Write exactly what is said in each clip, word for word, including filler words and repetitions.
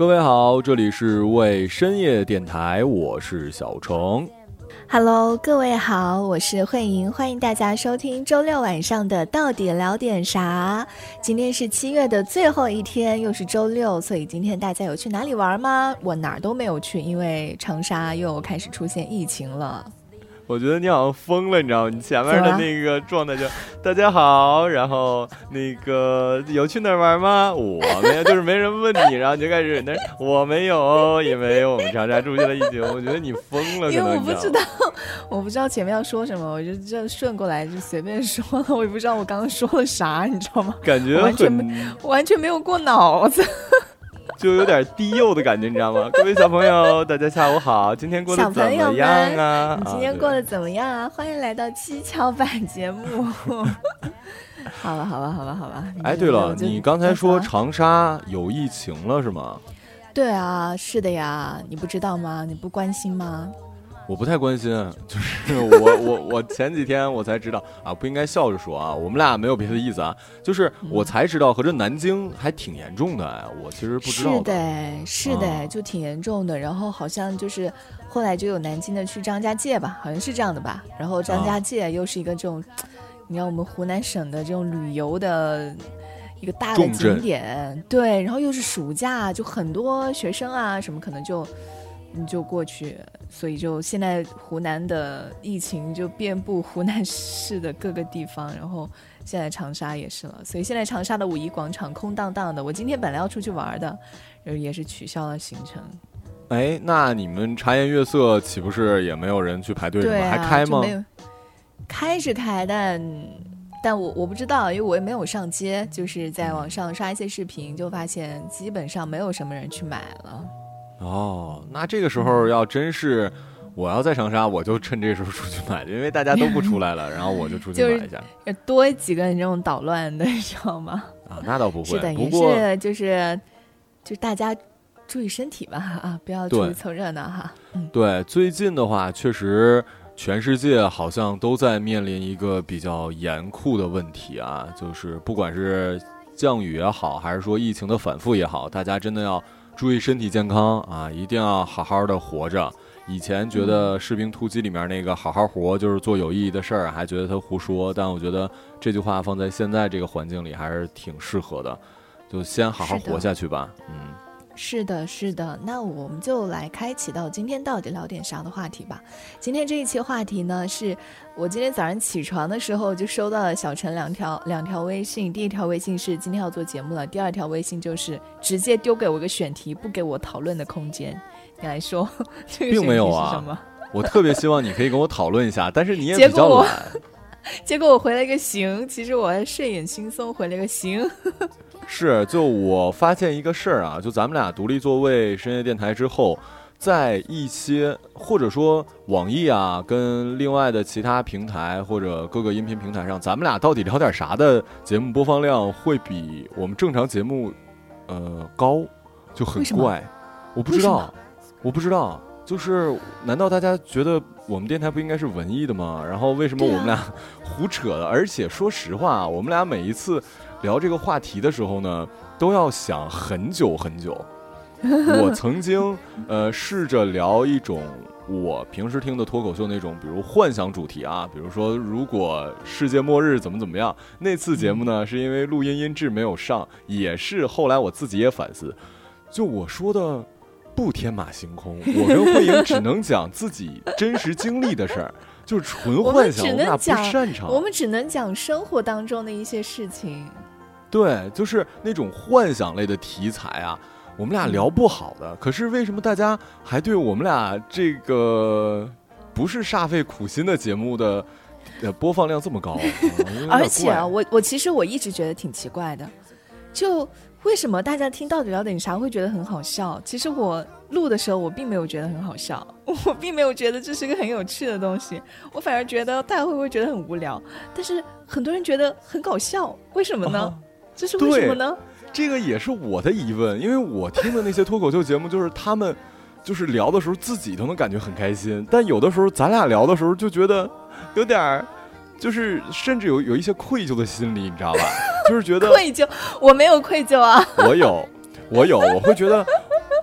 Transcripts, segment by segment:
各位好，这里是为深夜电台，我是小程。 Hello， 各位好，我是慧莹，欢迎大家收听周六晚上的到底聊点啥。今天是七月的最后一天，又是周六，所以今天大家有去哪里玩吗？我哪儿都没有去，因为长沙又开始出现疫情了。 我觉得你好像疯了，你知道吗？你前面的那个状态就大家好，然后那个有去哪儿玩吗？我没有，就是没人问你，然后你就开始那我没有，因为我们长沙出现了疫情。我觉得你疯了， 因为我不知道，我不知道前面要说什么，我就这顺过来就随便说了，我也不知道我刚刚说了啥，你知道吗？ 感觉完全没完全没有过脑子。 就有点低幼的感觉，你知道吗？各位小朋友，大家下午好，今天过得怎么样啊？ 你今天过得怎么样啊？欢迎来到七巧板节目。好了，好吧，好吧，好吧。 哎，对了，你刚才说长沙有疫情了是吗？ 对啊，是的呀，你不知道吗？你不关心吗？ 我不太关心，就是我我我前几天我才知道啊，不应该笑着说啊，我们俩没有别的意思啊，就是我才知道，合着南京还挺严重的哎，我其实不知道的。 是的，是的、啊，就挺严重的。然后好像就是后来就有南京的去张家界吧，好像是这样的吧。然后张家界又是一个这种，啊、你看我们湖南省的这种旅游的一个大的景点，对，然后又是暑假，就很多学生啊什么可能就。你就过去，所以就现在湖南的疫情就遍布湖南市的各个地方，然后现在长沙也是了，所以现在长沙的五一广场空荡荡的。我今天本来要出去玩的，也是取消了行程。 哎，那你们茶颜悦色岂不是也没有人去排队什么？ 啊、 还开吗？ 开是开，但但我我不知道，因为我也没有上街，就是在网上刷一些视频，就发现基本上没有什么人去买了。 哦，那这个时候要真是我要在长沙，我就趁这时候出去买，因为大家都不出来了，然后我就出去买一下。 就是多几个人这种捣乱的，你知道吗？ 啊，那倒不会。 是的，也是就是就大家注意身体吧啊，不要出去凑热闹哈。 嗯、对，最近的话，确实全世界好像都在面临一个比较严酷的问题啊，就是不管是降雨也好，还是说疫情的反复也好，大家真的要注意身体健康啊，一定要好好的活着。以前觉得《士兵突击》里面那个好好活就是做有意义的事儿，还觉得他胡说，但我觉得这句话放在现在这个环境里还是挺适合的，就先好好活下去吧。嗯， 是的，是的。那我们就来开启到今天到底聊点啥的话题吧。今天这一期话题呢，是我今天早上起床的时候就收到了小陈两条两条微信。第一条微信是今天要做节目了，第二条微信就是直接丢给我一个选题，不给我讨论的空间。你来说这个选题是什么？并没有啊， 我特别希望你可以跟我讨论一下，但是你也比较懒。 结果我回了一个行，其实我还睡眼惺忪回了一个行。 是，就我发现一个事儿啊，就咱们俩独立作为深夜电台之后，在一些或者说网易啊，跟另外的其他平台或者各个音频平台上，咱们俩到底聊点啥的节目播放量会比我们正常节目呃高，就很怪。我不知道，我不知道，就是难道大家觉得我们电台不应该是文艺的吗？然后为什么我们俩胡扯的？而且说实话，我们俩每一次聊这个话题的时候呢，都要想很久很久。我曾经呃试着聊一种我平时听的脱口秀那种，比如幻想主题啊，比如说如果世界末日怎么怎么样。那次节目呢，是因为录音音质没有上，也是后来我自己也反思，就我说的不天马行空，我跟慧莹只能讲自己真实经历的事儿。就是纯幻想，我们俩不擅长， 我们只能讲生活当中的一些事情。 对，就是那种幻想类的题材啊，我们俩聊不好的。嗯、可是为什么大家还对我们俩这个不是煞费苦心的节目的呃播放量这么高？啊、 而且啊，我我其实我一直觉得挺奇怪的，就为什么大家听到底聊点啥会觉得很好笑？其实我录的时候我并没有觉得很好笑，我并没有觉得这是个很有趣的东西，我反而觉得大家会不会觉得很无聊？但是很多人觉得很搞笑，为什么呢？啊、这是为什么呢？ 这个也是我的疑问，因为我听的那些脱口秀节目，就是他们就是聊的时候自己都能感觉很开心，但有的时候咱俩聊的时候就觉得有点就是甚至有有一些愧疚的心理，你知道吧？就是觉得愧疚，我没有愧疚啊。 我有，我有，我会觉得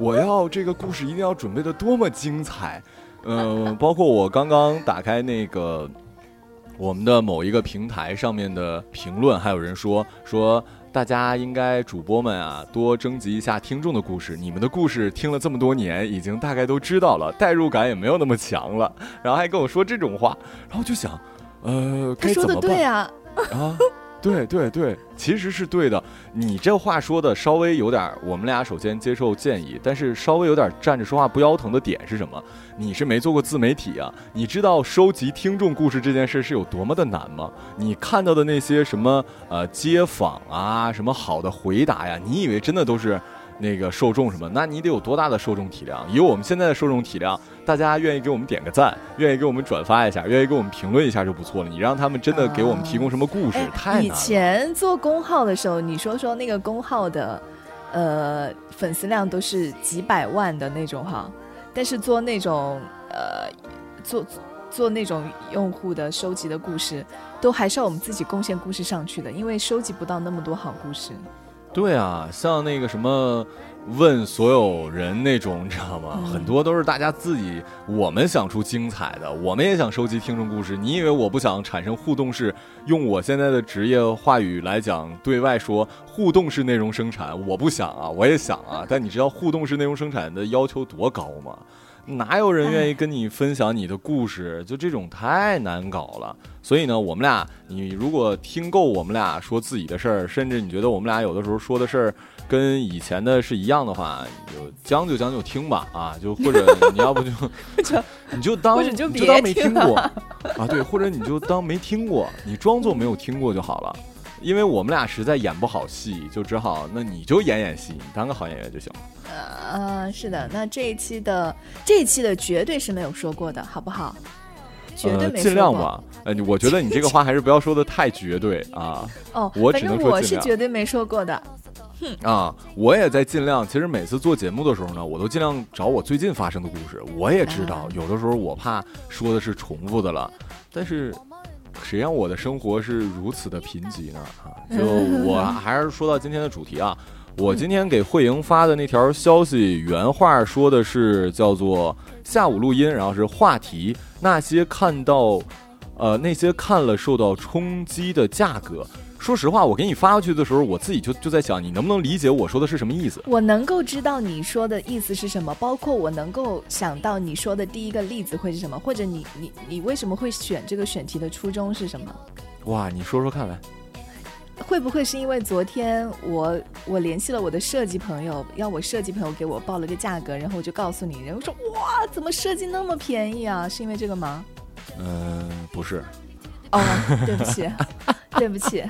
我要这个故事一定要准备的多么精彩。嗯、呃，包括我刚刚打开那个我们的某一个平台上面的评论，还有人说说大家应该主播们啊多征集一下听众的故事，你们的故事听了这么多年，已经大概都知道了，代入感也没有那么强了，然后还跟我说这种话，然后就想，呃，该怎么办？ 他说的对啊， 啊。对对对，其实是对的。你这话说的稍微有点，我们俩首先接受建议，但是稍微有点站着说话不腰疼的点是什么？你是没做过自媒体啊，你知道收集听众故事这件事是有多么的难吗？你看到的那些什么呃街访啊，什么好的回答呀，你以为真的都是那个受众什么？那你得有多大的受众体量？以我们现在的受众体量，大家愿意给我们点个赞，愿意给我们转发一下，愿意给我们评论一下就不错了。你让他们真的给我们提供什么故事， 啊、 太难了。 以前做公号的时候，你说说那个公号的呃粉丝量都是几百万的那种哈，但是做那种呃做做那种用户的收集的故事，都还是要我们自己贡献故事上去的，因为收集不到那么多好故事。 对啊，像那个什么问所有人那种，你知道吗？嗯、很多都是大家自己我们想出精彩的，我们也想收集听众故事。你以为我不想产生互动式？用我现在的职业话语来讲，对外说互动式内容生产，我不想啊，我也想啊。但你知道互动式内容生产的要求多高吗？哪有人愿意跟你分享你的故事？就这种太难搞了。所以呢，我们俩，你如果听够我们俩说自己的事儿，甚至你觉得我们俩有的时候说的事儿跟以前的是一样的话，你就将就将就听吧啊，就或者你要不就你就当就你就当没听过啊，对，或者你就当没听过，你装作没有听过就好了。因为我们俩实在演不好戏，就只好那你就演演戏，你当个好演员就行了。 呃，是的，那这一期的这一期的绝对是没有说过的，好不好？绝对没说过。呃、 尽量吧。呃，我觉得你这个话还是不要说的太绝对啊。 哦， 我只能说尽量。 反正我是绝对没说过的。 哼啊，我也在尽量。其实每次做节目的时候呢，我都尽量找我最近发生的故事。我也知道，有的时候我怕说的是重复的了，但是。谁让我的生活是如此的贫瘠呢？啊，就我还是说到今天的主题啊，我今天给慧莹发的那条消息，原话说的是叫做下午录音，然后是话题那些看到，呃，那些看了受到冲击的价格。说实话，我给你发过去的时候，我自己就就在想，你能不能理解我说的是什么意思？ 我能够知道你说的意思是什么，包括我能够想到你说的第一个例子会是什么，或者你你你为什么会选这个选题的初衷是什么？ 哇，你说说看来。 会不会是因为昨天我我联系了我的设计朋友，要我设计朋友给我报了个价格，然后我就告诉你，然后说哇，怎么设计那么便宜啊？是因为这个吗？ 嗯、呃，不是。 哦，对不起。对不起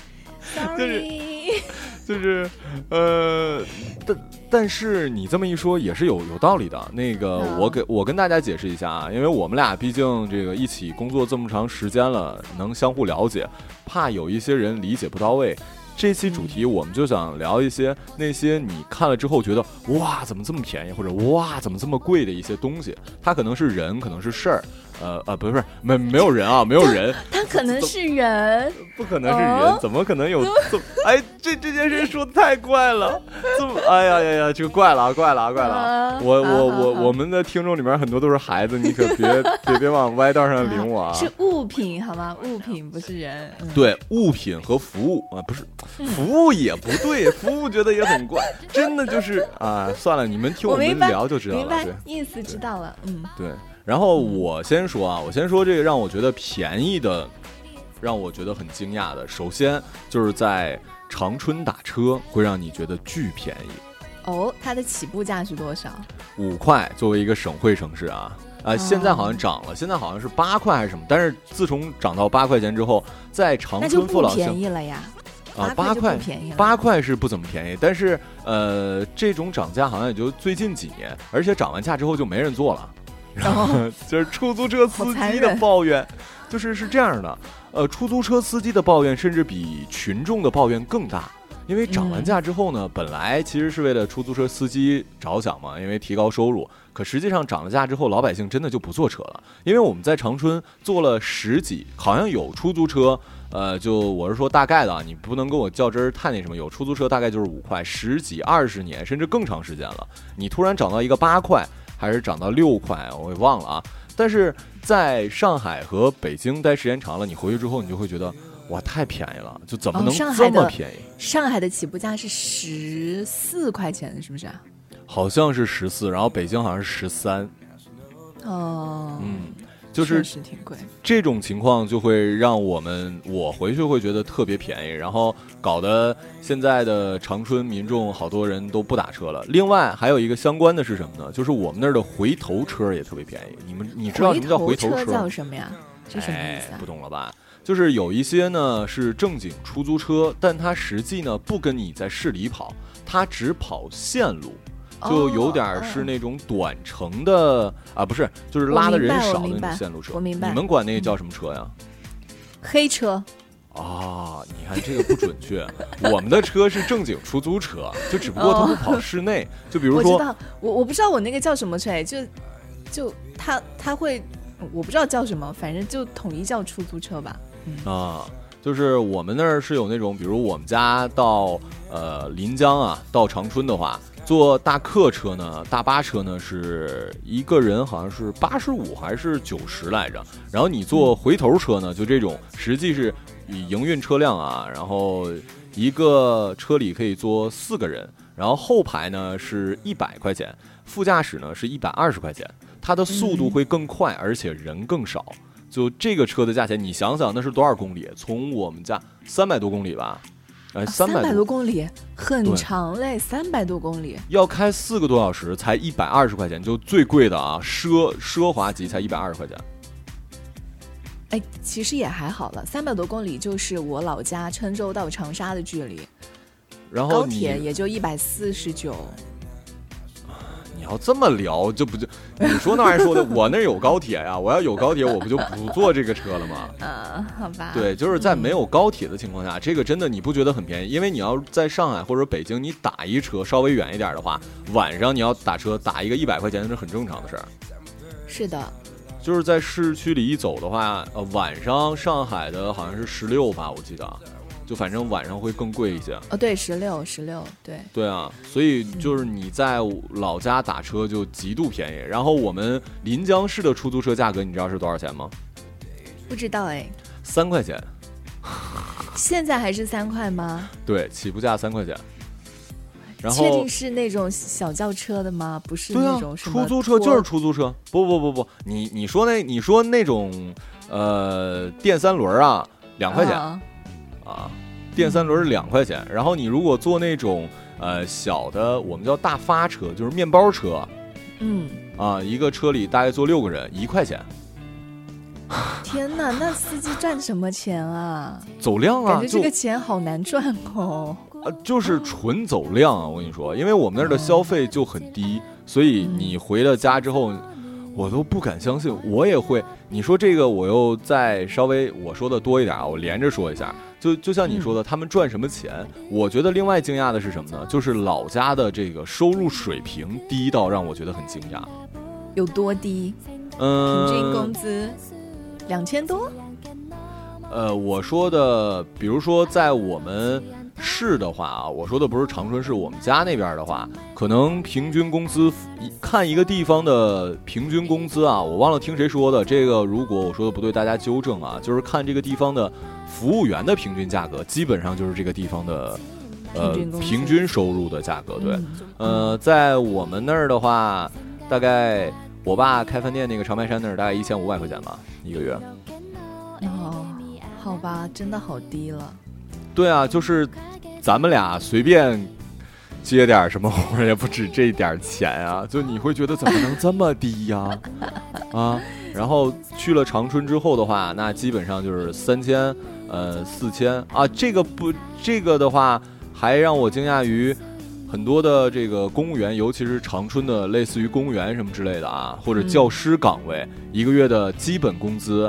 ，sorry， 就是，就是，呃，但但是你这么一说也是有有道理的。那个，我给我跟大家解释一下啊，因为我们俩毕竟这个一起工作这么长时间了，能相互了解，怕有一些人理解不到位。这期主题我们就想聊一些那些你看了之后觉得哇怎么这么便宜，或者哇怎么这么贵的一些东西。它可能是人，可能是事儿，呃呃不是没没有人啊，没有人。 它可能是人， 不可能是人，哦、怎么可能有这么？哎，这这件事说太怪了，这么哎呀呀呀，这个怪了啊，怪了啊，怪了啊！我我我我们的听众里面很多都是孩子，你可别别别往歪道上领我啊！ 是物品好吗？物品不是人。嗯、 对，物品和服务啊，不是。服务也不对，服务觉得也很怪，真的就是啊，算了，你们听我们聊就知道了。 明白，明白意思知道了，嗯， 对。然后我先说啊，我先说这个让我觉得便宜的，让我觉得很惊讶的，首先就是在长春打车会让你觉得巨便宜。 哦，它的起步价是多少？ 五块，作为一个省会城市啊。啊、呃，现在好像涨了，现在好像是八块还是什么？但是自从涨到八块钱之后，在长春父老乡， 那就不便宜了呀。 啊，八块，八块是不怎么便宜，但是呃，这种涨价好像也就最近几年，而且涨完价之后就没人坐了，然后就是出租车司机的抱怨，就是是这样的，呃，出租车司机的抱怨甚至比群众的抱怨更大。 因为涨完价之后呢，嗯、本来其实是为了出租车司机着想嘛，因为提高收入。可实际上涨了价之后，老百姓真的就不坐车了，因为我们在长春坐了十几，好像有出租车，呃，就我是说大概的啊，你不能跟我较真儿太那什么。有出租车大概就是五块，十几、二十年甚至更长时间了，你突然涨到一个八块，还是涨到六块，我也忘了啊。但是在上海和北京待时间长了，你回去之后，你就会觉得。哇，太便宜了！就怎么能这么便宜？ 哦、上, 上海的起步价是十四块钱，是不是啊？ 好像是十四，然后北京好像是十三。 哦， 嗯，就是确实挺贵。 这种情况就会让我们我回去会觉得特别便宜，然后搞得现在的长春民众好多人都不打车了。另外还有一个相关的是什么呢？就是我们那儿的回头车也特别便宜。你们你知道什么叫回头车？ 回头车叫什么呀？这什么意思啊？ 哎、不懂了吧？就是有一些呢是正经出租车，但它实际呢不跟你在市里跑，它只跑线路，就有点是那种短程的、哦、啊，不是，就是拉的人少的那种线路车。 我明白。 你们管那个叫什么车呀？ 黑车。 啊，你看这个不准确。我们的车是正经出租车，就只不过它不跑室内。哦、就比如说， 我知道，我我不知道我那个叫什么车，就就它它会，我不知道叫什么，反正就统一叫出租车吧。 嗯、啊，就是我们那儿是有那种，比如我们家到呃临江啊，到长春的话，坐大客车呢，大巴车呢是一个人好像是八十五还是九十来着，然后你坐回头车呢，就这种实际是以营运车辆啊，然后一个车里可以坐四个人，然后后排呢是一百块钱，副驾驶呢是一百二十块钱，它的速度会更快，而且人更少。就这个车的价钱，你想想那是多少公里？从我们家三百多公里吧，呃，三百、 啊、多公里很长嘞，三百多公里要开四个多小时，才一百二十块钱，就最贵的啊，奢奢华级才一百二十块钱。 哎，其实也还好了，三百多公里就是我老家郴州到长沙的距离， 然后高铁也就一百四十九。 你要这么聊，就不就你说那玩意儿说的，我那有高铁呀，我要有高铁，我不就不坐这个车了吗？ 啊，好吧。 对，就是在没有高铁的情况下，嗯、这个真的你不觉得很便宜？因为你要在上海或者北京，你打一车稍微远一点的话，晚上你要打车打一个一百块钱是很正常的事儿。 是的。 就是在市区里一走的话，呃，晚上上海的好像是十六吧，我记得。就反正晚上会更贵一些哦，对，十六十六，对对啊，所以就是你在老家打车就极度便宜。然后我们临江市的出租车价格，你知道是多少钱吗？ 不知道哎， 三块钱。 现在还是三块吗？ 对，起步价三块钱。然后确定是那种小轿车的吗？不是那种什么、 啊、出租车就是出租车，不不不不，你你说那你说那种呃电三轮啊，两块钱。啊啊，电三轮两块钱，然后你如果坐那种呃小的，我们叫大发车，就是面包车， 嗯， 啊，一个车里大概坐六个人，一块钱。 天哪，那司机赚什么钱啊？ 走量啊， 感觉这个钱好难赚哦。 呃，就是纯走量啊，我跟你说，因为我们那儿的消费就很低，所以你回了家之后。我都不敢相信，我也会。你说这个，我又再稍微我说的多一点啊，我连着说一下。就就像你说的，他们赚什么钱？我觉得另外惊讶的是什么呢？就是老家的这个收入水平低到让我觉得很惊讶。 有多低？ 嗯， 平均工资两千多。 呃，我说的，比如说在我们市的话啊，我说的不是长春市，我们家那边的话，可能平均工资看一个地方的平均工资啊，我忘了听谁说的，这个如果我说的不对，大家纠正啊，就是看这个地方的服务员的平均价格，基本上就是这个地方的呃平均收入的价格。对，呃，在我们那儿的话，大概我爸开饭店那个长白山那儿大概一千五百块钱吧一个月。 哦，好吧，真的好低了。 对啊，就是咱们俩随便接点什么活也不止这点钱啊，就你会觉得怎么能这么低呀？啊，然后去了长春之后的话，那基本上就是三千，呃，四千啊。这个不，这个的话还让我惊讶于很多的这个公务员，尤其是长春的类似于公务员什么之类的啊，或者教师岗位，一个月的基本工资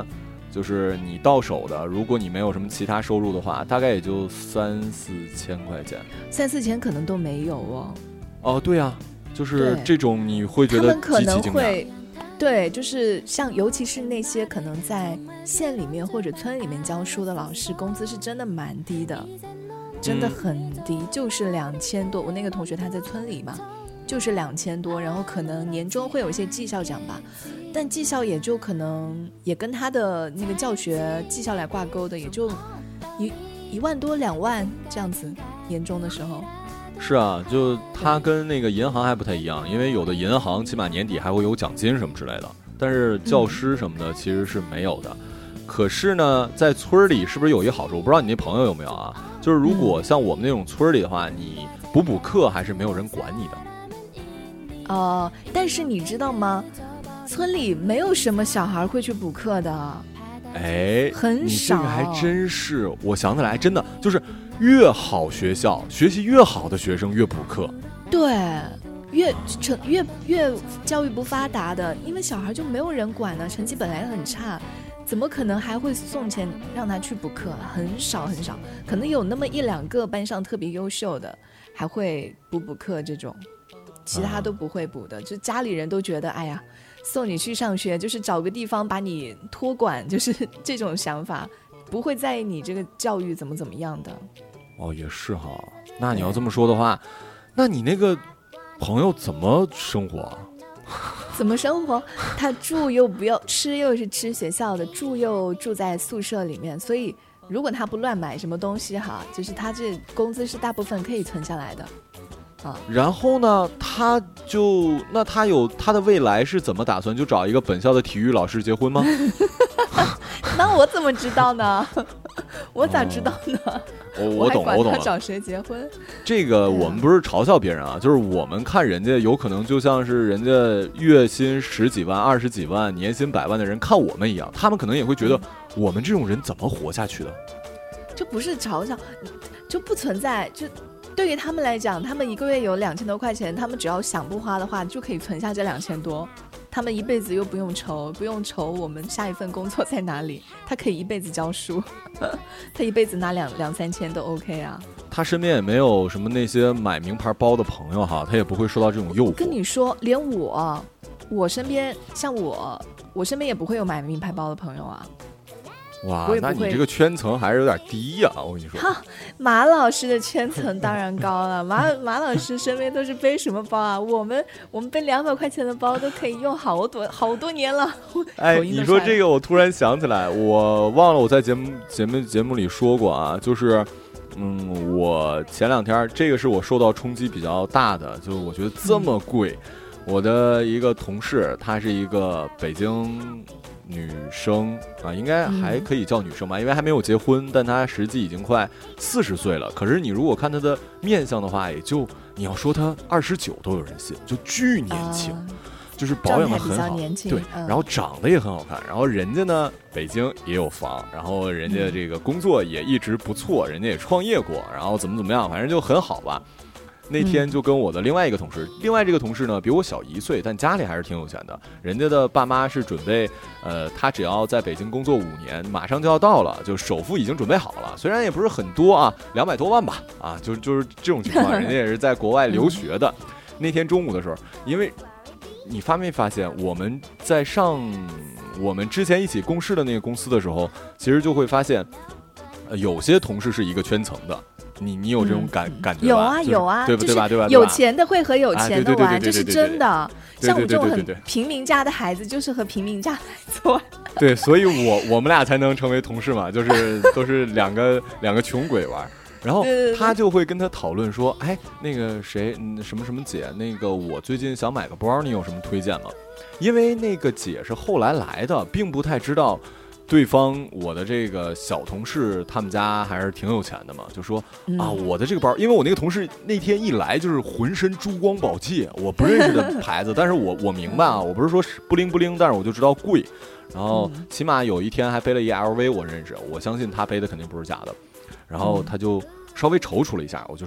就是你到手的，如果你没有什么其他收入的话，大概也就三四千块钱， 三四千可能都没有哦。 哦，对呀、啊，就是这种你会觉得极其惊讶。 他们可能会，对，就是像尤其是那些可能在县里面或者村里面教书的老师，工资是真的蛮低的，真的很低，嗯、就是两千多。我那个同学他在村里嘛。就是两千多，然后可能年终会有一些绩效奖吧，但绩效也就可能也跟他的那个教学绩效来挂钩的，也就一一万多两万这样子，年终的时候。 是啊，就他跟那个银行还不太一样，因为有的银行起码年底还会有奖金什么之类的，但是教师什么的其实是没有的。嗯、可是呢，在村里是不是有一个好处？我不知道你那朋友有没有啊？就是如果像我们那种村里的话，你补补课还是没有人管你的。 哦、呃，但是你知道吗？村里没有什么小孩会去补课的， 哎， 很少。 你这个还真是，我想起来，真的就是越好学校，学习越好的学生越补课。 对，越成越越教育不发达的，因为小孩就没有人管呢，成绩本来很差，怎么可能还会送钱让他去补课？很少很少，可能有那么一两个班上特别优秀的，还会补补课这种。其他都不会补的、嗯、就家里人都觉得哎呀送你去上学就是找个地方把你托管，就是这种想法，不会在意你这个教育怎么怎么样的。 哦，也是哈。那你要这么说的话，那你那个朋友怎么生活啊？ 怎么生活？他住又不要吃，又是吃学校的，住又住在宿舍里面，所以如果他不乱买什么东西哈，就是他这工资是大部分可以存下来的。 啊、然后呢，他就那他有他的未来是怎么打算？就找一个本校的体育老师结婚吗？ 那我怎么知道呢？我咋知道呢？ 哦、我我懂了，我懂了。 他找谁结婚？ 这个我们不是嘲笑别人啊，就是我们看人家有可能就像是人家月薪十几万、二十几万、年薪百万的人看我们一样，他们可能也会觉得我们这种人怎么活下去的？ 就不是嘲笑，就不存在就。对于他们来讲，他们一个月有两千多块钱，他们只要想不花的话，就可以存下这两千多。他们一辈子又不用愁，不用愁我们下一份工作在哪里，他可以一辈子教书，他一辈子拿两两三千都 OK 啊。 他身边也没有什么那些买名牌包的朋友哈，他也不会受到这种诱惑。 跟你说，连我，我身边像我，我身边也不会有买名牌包的朋友啊。 哇，那你这个圈层还是有点低呀、啊！我跟你说， 哈，马老师的圈层当然高了。马马老师身边都是背什么包啊？我们我们背两百块钱的包都可以用好多好多年了。 哎，你说这个，我突然想起来，我忘了我在节目节目节目里说过啊，就是，嗯，我前两天这个是我受到冲击比较大的，就是我觉得这么贵，嗯、我的一个同事，她是一个北京。女生啊，应该还可以叫女生吧，因为还没有结婚，但她实际已经快四十岁了。可是你如果看她的面相的话，也就你要说她二十九都有人信，就巨年轻，呃、就是保养的很好，对、嗯，然后长得也很好看。然后人家呢，北京也有房，然后人家这个工作也一直不错，人家也创业过，然后怎么怎么样，反正就很好吧。那天就跟我的另外一个同事、嗯，另外这个同事呢比我小一岁，但家里还是挺有钱的。人家的爸妈是准备，呃，他只要在北京工作五年，马上就要到了，就首付已经准备好了。虽然也不是很多啊，两百多万吧，啊，就就是这种情况。人家也是在国外留学的。那天中午的时候，因为你发没发现，我们在上我们之前一起共事的那个公司的时候，其实就会发现，呃，有些同事是一个圈层的。你你有这种感、嗯、感觉吧？ 有啊、就是、有啊， 对吧？对吧？对吧？ 有钱的会和有钱的玩， 这是真的。像我们这种很平民家的孩子，就是和平民家的孩子玩。对， 所以我我们俩才能成为同事嘛，就是都是两个两个穷鬼玩。然后他就会跟他讨论说：“哎，那个谁，什么什么姐，那个我最近想买个包，你有什么推荐吗？”因为那个姐是后来来的，并不太知道。对方我的这个小同事他们家还是挺有钱的嘛，就说啊，我的这个包，因为我那个同事那天一来就是浑身珠光宝气，我不认识的牌子，但是我我明白啊，我不是说不灵不灵，但是我就知道贵，然后起码有一天还背了一 L V， 我认识，我相信他背的肯定不是假的，然后他就稍微踌躇了一下，我就说，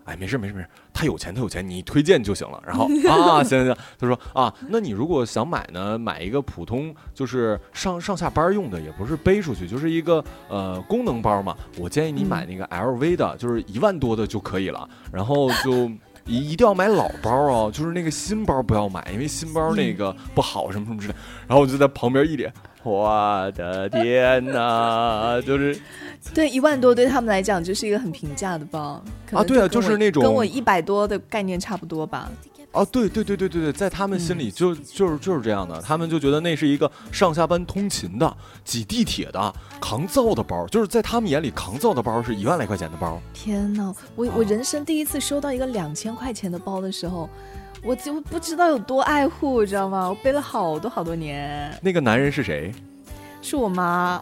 哎，没事没事没事，他有钱他有钱，你推荐就行了。然后啊，行行行，他说啊，那你如果想买呢，买一个普通就是上上下班用的，也不是背出去，就是一个呃功能包嘛。我建议你买那个 L V 的，就是一万多的就可以了。然后就。一一定要买老包哦，就是那个新包不要买，因为新包那个不好什么什么之类。然后我就在旁边一脸，我的天哪，就是对一万多对他们来讲就是一个很平价的包啊，对啊，就是那种跟我一百多的概念差不多吧。 哦，对对对对对对，在他们心里就、嗯、就是就是这样的，他们就觉得那是一个上下班通勤的、挤地铁的、扛造的包，就是在他们眼里扛造的包是一万来块钱的包。 天哪，我、啊、我人生第一次收到一个两千块钱的包的时候，我就不知道有多爱护，知道吗？我背了好多好多年。 那个男人是谁？ 是我妈。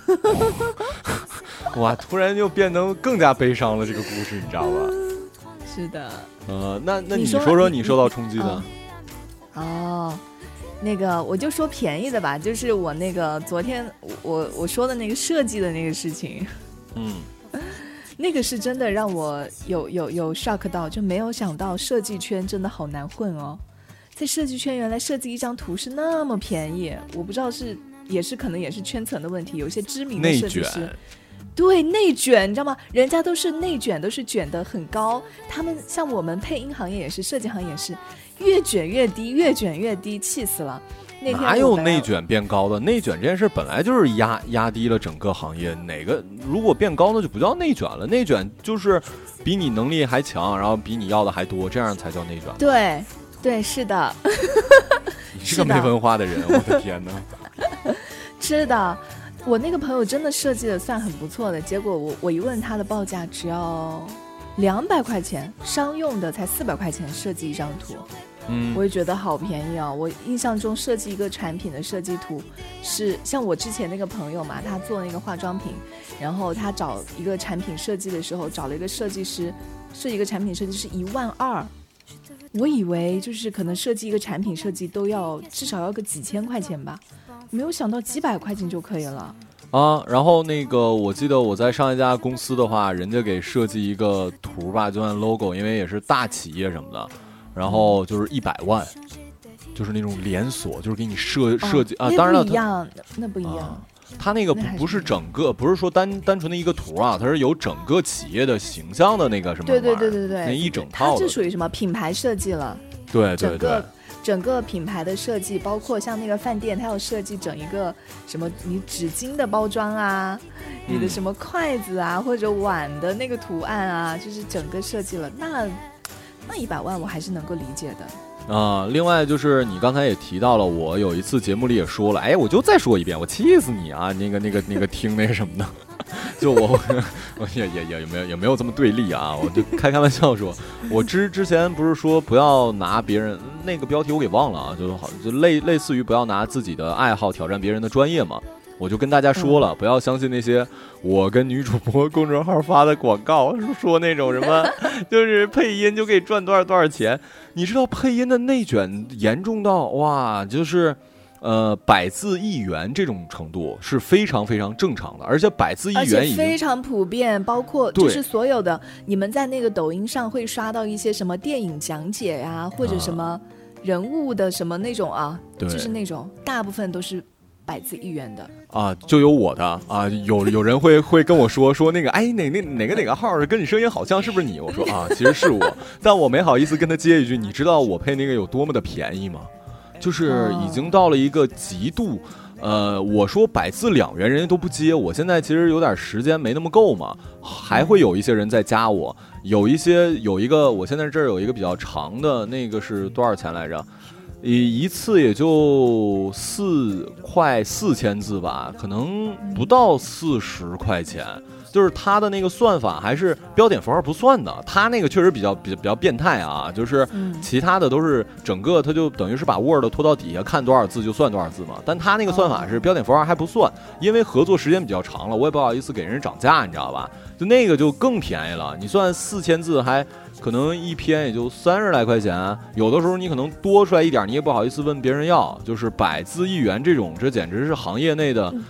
哇，突然就变得更加悲伤了，这个故事你知道吧？ 是的。 呃，那那你说说你受到冲击的、 嗯？哦，那个我就说便宜的吧，就是我那个昨天我我说的那个设计的那个事情， 嗯， 那个是真的让我有有有 shock 到，就没有想到设计圈真的好难混哦，在设计圈原来设计一张图是那么便宜，我不知道是也是可能也是圈层的问题，有些知名的设计师。对，内卷你知道吗？人家都是内卷，都是卷得很高。他们像我们配音行业也是，设计行业也是，越卷越低，越卷越低，气死了。那天哪有内卷变高的？内卷这件事本来就是压压低了整个行业。哪个如果变高，那就不叫内卷了。内卷就是比你能力还强，然后比你要的还多，这样才叫内卷。 对，对，是的。 你是个没文化的人，我的天哪！ 是的。我那个朋友真的设计的算很不错的，结果我我一问他的报价只要两百块钱，商用的才四百块钱设计一张图，嗯，我也觉得好便宜啊、哦。我印象中设计一个产品的设计图是像我之前那个朋友嘛，他做那个化妆品，然后他找一个产品设计的时候找了一个设计师，设计一个产品设计是一万二。我以为就是可能设计一个产品设计都要至少要个几千块钱吧，没有想到几百块钱就可以了啊。然后那个我记得我在上一家公司的话，人家给设计一个图吧，就算 logo， 因为也是大企业什么的，然后就是一百万，就是那种连锁，就是给你设设计、哦、啊。当然了， 那不一样，那不一样。啊它那个不不是整个，不是说单单纯的一个图啊，它是有整个企业的形象的那个什么， 对对对对对， 那一整套的， 它这属于什么品牌设计了？ 对对对， 整个整个品牌的设计，包括像那个饭店，它要设计整一个什么你纸巾的包装啊，你的什么筷子啊、嗯、或者碗的那个图案啊，就是整个设计了，那那一百万我还是能够理解的。 啊、呃，另外就是你刚才也提到了，我有一次节目里也说了，哎，我就再说一遍，我气死你啊！那个、那个、那个听那个什么的，就我，我也也也也没有也没有这么对立啊，我就开开玩笑说，我之之前不是说不要拿别人那个标题我给忘了啊，就好就类类似于不要拿自己的爱好挑战别人的专业嘛。我就跟大家说了，不要相信那些我跟女主播公众号发的广告，说那种什么就是配音就可以赚多少多少钱。你知道配音的内卷严重到哇，就是呃百字一元这种程度是非常非常正常的，而且百字一元已经非常普遍，包括就是所有的你们在那个抖音上会刷到一些什么电影讲解呀、啊，或者什么人物的什么那种啊，就是那种大部分都是百字一元的啊，就有我的啊，有有人会会跟我说说那个，哎，哪哪哪个哪个号跟你声音好像，是不是你？我说啊，其实是我，但我没好意思跟他接一句，你知道我配那个有多么的便宜吗？就是已经到了一个极度，呃，我说百字两元，人家都不接。我现在其实有点时间没那么够嘛，还会有一些人在加我，有一些有一个，我现在这儿有一个比较长的，那个是多少钱来着？一一次也就四块四千字吧，可能不到四十块钱。就是他的那个算法还是标点符号不算的，他那个确实比较比较比较变态啊，就是其他的都是整个他就等于是把 Word 拖到底下看多少字就算多少字嘛，但他那个算法是标点符号还不算，因为合作时间比较长了，我也不好意思给人涨价，你知道吧？就那个就更便宜了，你算四千字还可能一篇也就三十来块钱，有的时候你可能多出来一点，你也不好意思问别人要，就是百字一元这种，这简直是行业内的。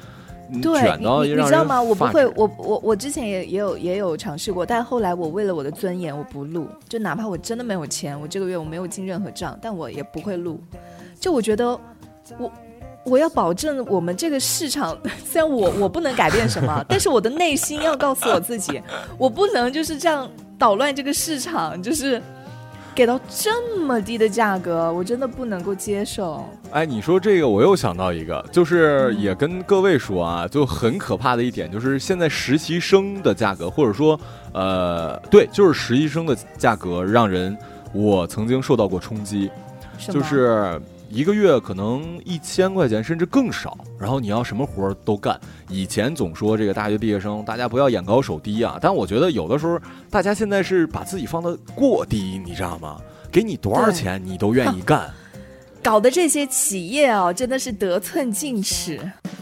对， 卷到你你知道吗？我不会， 我我我之前也也有也有尝试过，但后来我为了我的尊严，我不录，就哪怕我真的没有钱，我这个月我没有进任何账，但我也不会录。就我觉得我我要保证我们这个市场，虽然我我不能改变什么，但是我的内心要告诉我自己，我不能就是这样捣乱这个市场，就是给到这么低的价格，我真的不能够接受。 哎，你说这个，我又想到一个，就是也跟各位说啊，就很可怕的一点，就是现在实习生的价格，或者说，呃，对，就是实习生的价格，让人我曾经受到过冲击，就是一个月可能一千块钱甚至更少，然后你要什么活都干。以前总说这个大学毕业生，大家不要眼高手低啊，但我觉得有的时候大家现在是把自己放得过低，你知道吗？给你多少钱你都愿意干。 搞的这些企业哦，真的是得寸进尺。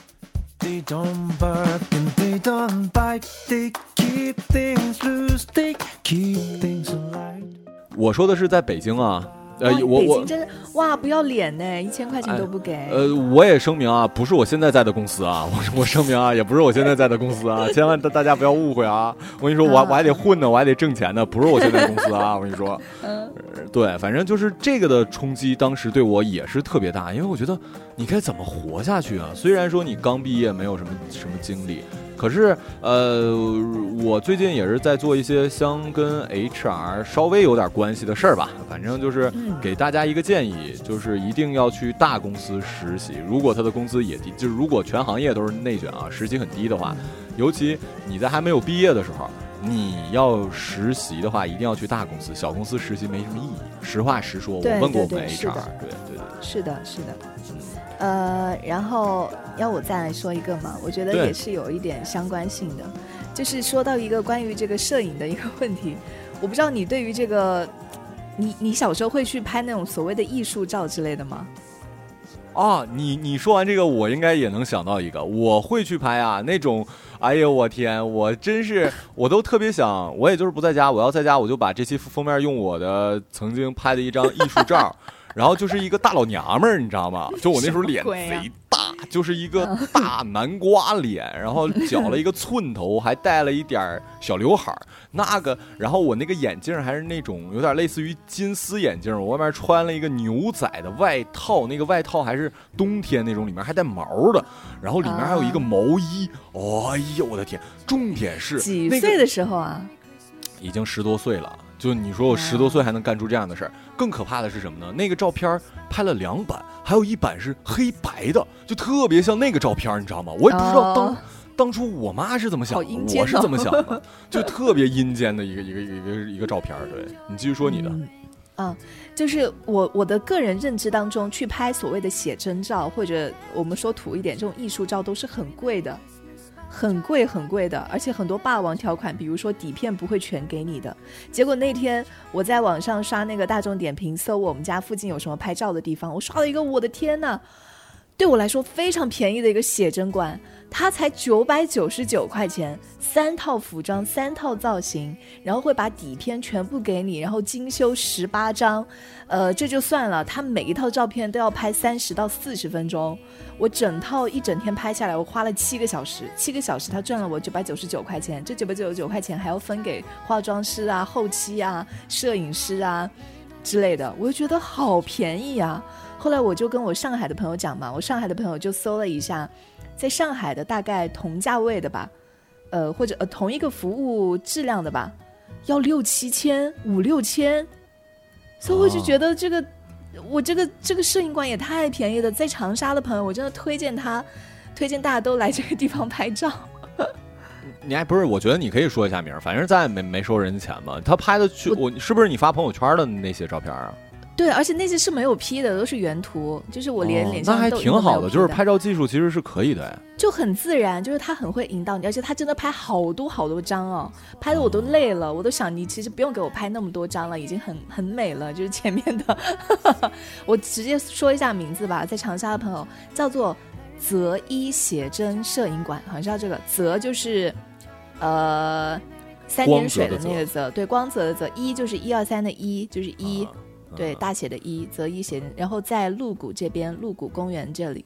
我说的是在北京啊。 呃，我北京真的哇，不要脸呢，一千块钱都不给。 呃，我也声明啊，不是我现在在的公司啊，我我声明啊，也不是我现在在的公司啊，千万大家不要误会啊。我跟你说，我我还得混呢，我还得挣钱呢，不是我现在公司啊，我跟你说。嗯，对，反正就是这个的冲击，当时对我也是特别大，因为我觉得你该怎么活下去啊？虽然说你刚毕业，没有什么什么经历。可是，呃，我最近也是在做一些相跟 H R 稍微有点关系的事儿吧。反正就是给大家一个建议，就是一定要去大公司实习。如果他的工资也低，就是如果全行业都是内卷啊，实习很低的话，尤其你在还没有毕业的时候，你要实习的话，一定要去大公司，小公司实习没什么意义。实话实说，我问过我们 H R， 对对对， 是的，是的。呃，然后要我再来说一个嘛，我觉得也是有一点相关性的，就是说到一个关于这个摄影的一个问题，我不知道你对于这个，你你小时候会去拍那种所谓的艺术照之类的吗？ 啊，你你说完这个，我应该也能想到一个，我会去拍啊，那种，哎呦我天，我真是，我都特别想，我也就是不在家，我要在家，我就把这期封面用我的曾经拍的一张艺术照。然后就是一个大老娘们儿，你知道吗？就我那时候脸贼大，就是一个大南瓜脸，然后绞了一个寸头，还带了一点小刘海儿。那个，然后我那个眼镜还是那种有点类似于金丝眼镜，我外面穿了一个牛仔的外套，那个外套还是冬天那种，里面还带毛的，然后里面还有一个毛衣。哎呦我的天！重点是几岁的时候啊？ 已经十多岁了。就你说我十多岁还能干出这样的事儿，更可怕的是什么呢？那个照片拍了两版，还有一版是黑白的，就特别像那个照片，你知道吗？我也不知道当、哦、当初我妈是怎么想的， 哦、 我是怎么想的，就特别阴间的一个一个一个一个一个照片。对，你继续说你的。 嗯嗯，就是我我的个人认知当中，去拍所谓的写真照，或者我们说土一点，这种艺术照都是很贵的。很贵很贵的，而且很多霸王条款，比如说底片不会全给你的。结果那天我在网上刷那个大众点评，搜我们家附近有什么拍照的地方，我刷了一个，我的天哪，对我来说非常便宜的一个写真馆，它才九百九十九块钱，三套服装，三套造型，然后会把底片全部给你，然后精修十八张，呃，这就算了，它每一套照片都要拍三十到四十分钟。我整套一整天拍下来，我花了七个小时，七个小时他赚了我九百九十九块钱，这九百九十九块钱还要分给化妆师啊、后期啊、摄影师啊之类的，我就觉得好便宜啊。后来我就跟我上海的朋友讲嘛，我上海的朋友就搜了一下，在上海的大概同价位的吧，呃，或者呃同一个服务质量的吧，要六七千、五六千，所以我就觉得这个。哦我这个这个摄影馆也太便宜了，在长沙的朋友，我真的推荐他，推荐大家都来这个地方拍照。 你还不是？我觉得你可以说一下名，反正咱也没没收人家钱嘛。他拍的去，我是不是你发朋友圈的那些照片啊？对， 而且那些是没有 P 的，都是原图，就是我连脸上、 哦、那还挺好的，就是拍照技术其实是可以的， 就很自然，就是他很会引导你，而且他真的拍好多好多张哦，拍的我都累了，我都想你其实不用给我拍那么多张了，已经很很美了，就是前面的，我直接说一下名字吧，在长沙的朋友叫做泽一写真摄影馆，好像叫这个泽就是呃三点水的那个泽，对，光泽的泽，一就是一二三的一，就是一。啊对，大写的一，泽一写，然后在鹿谷这边，鹿谷公园这里，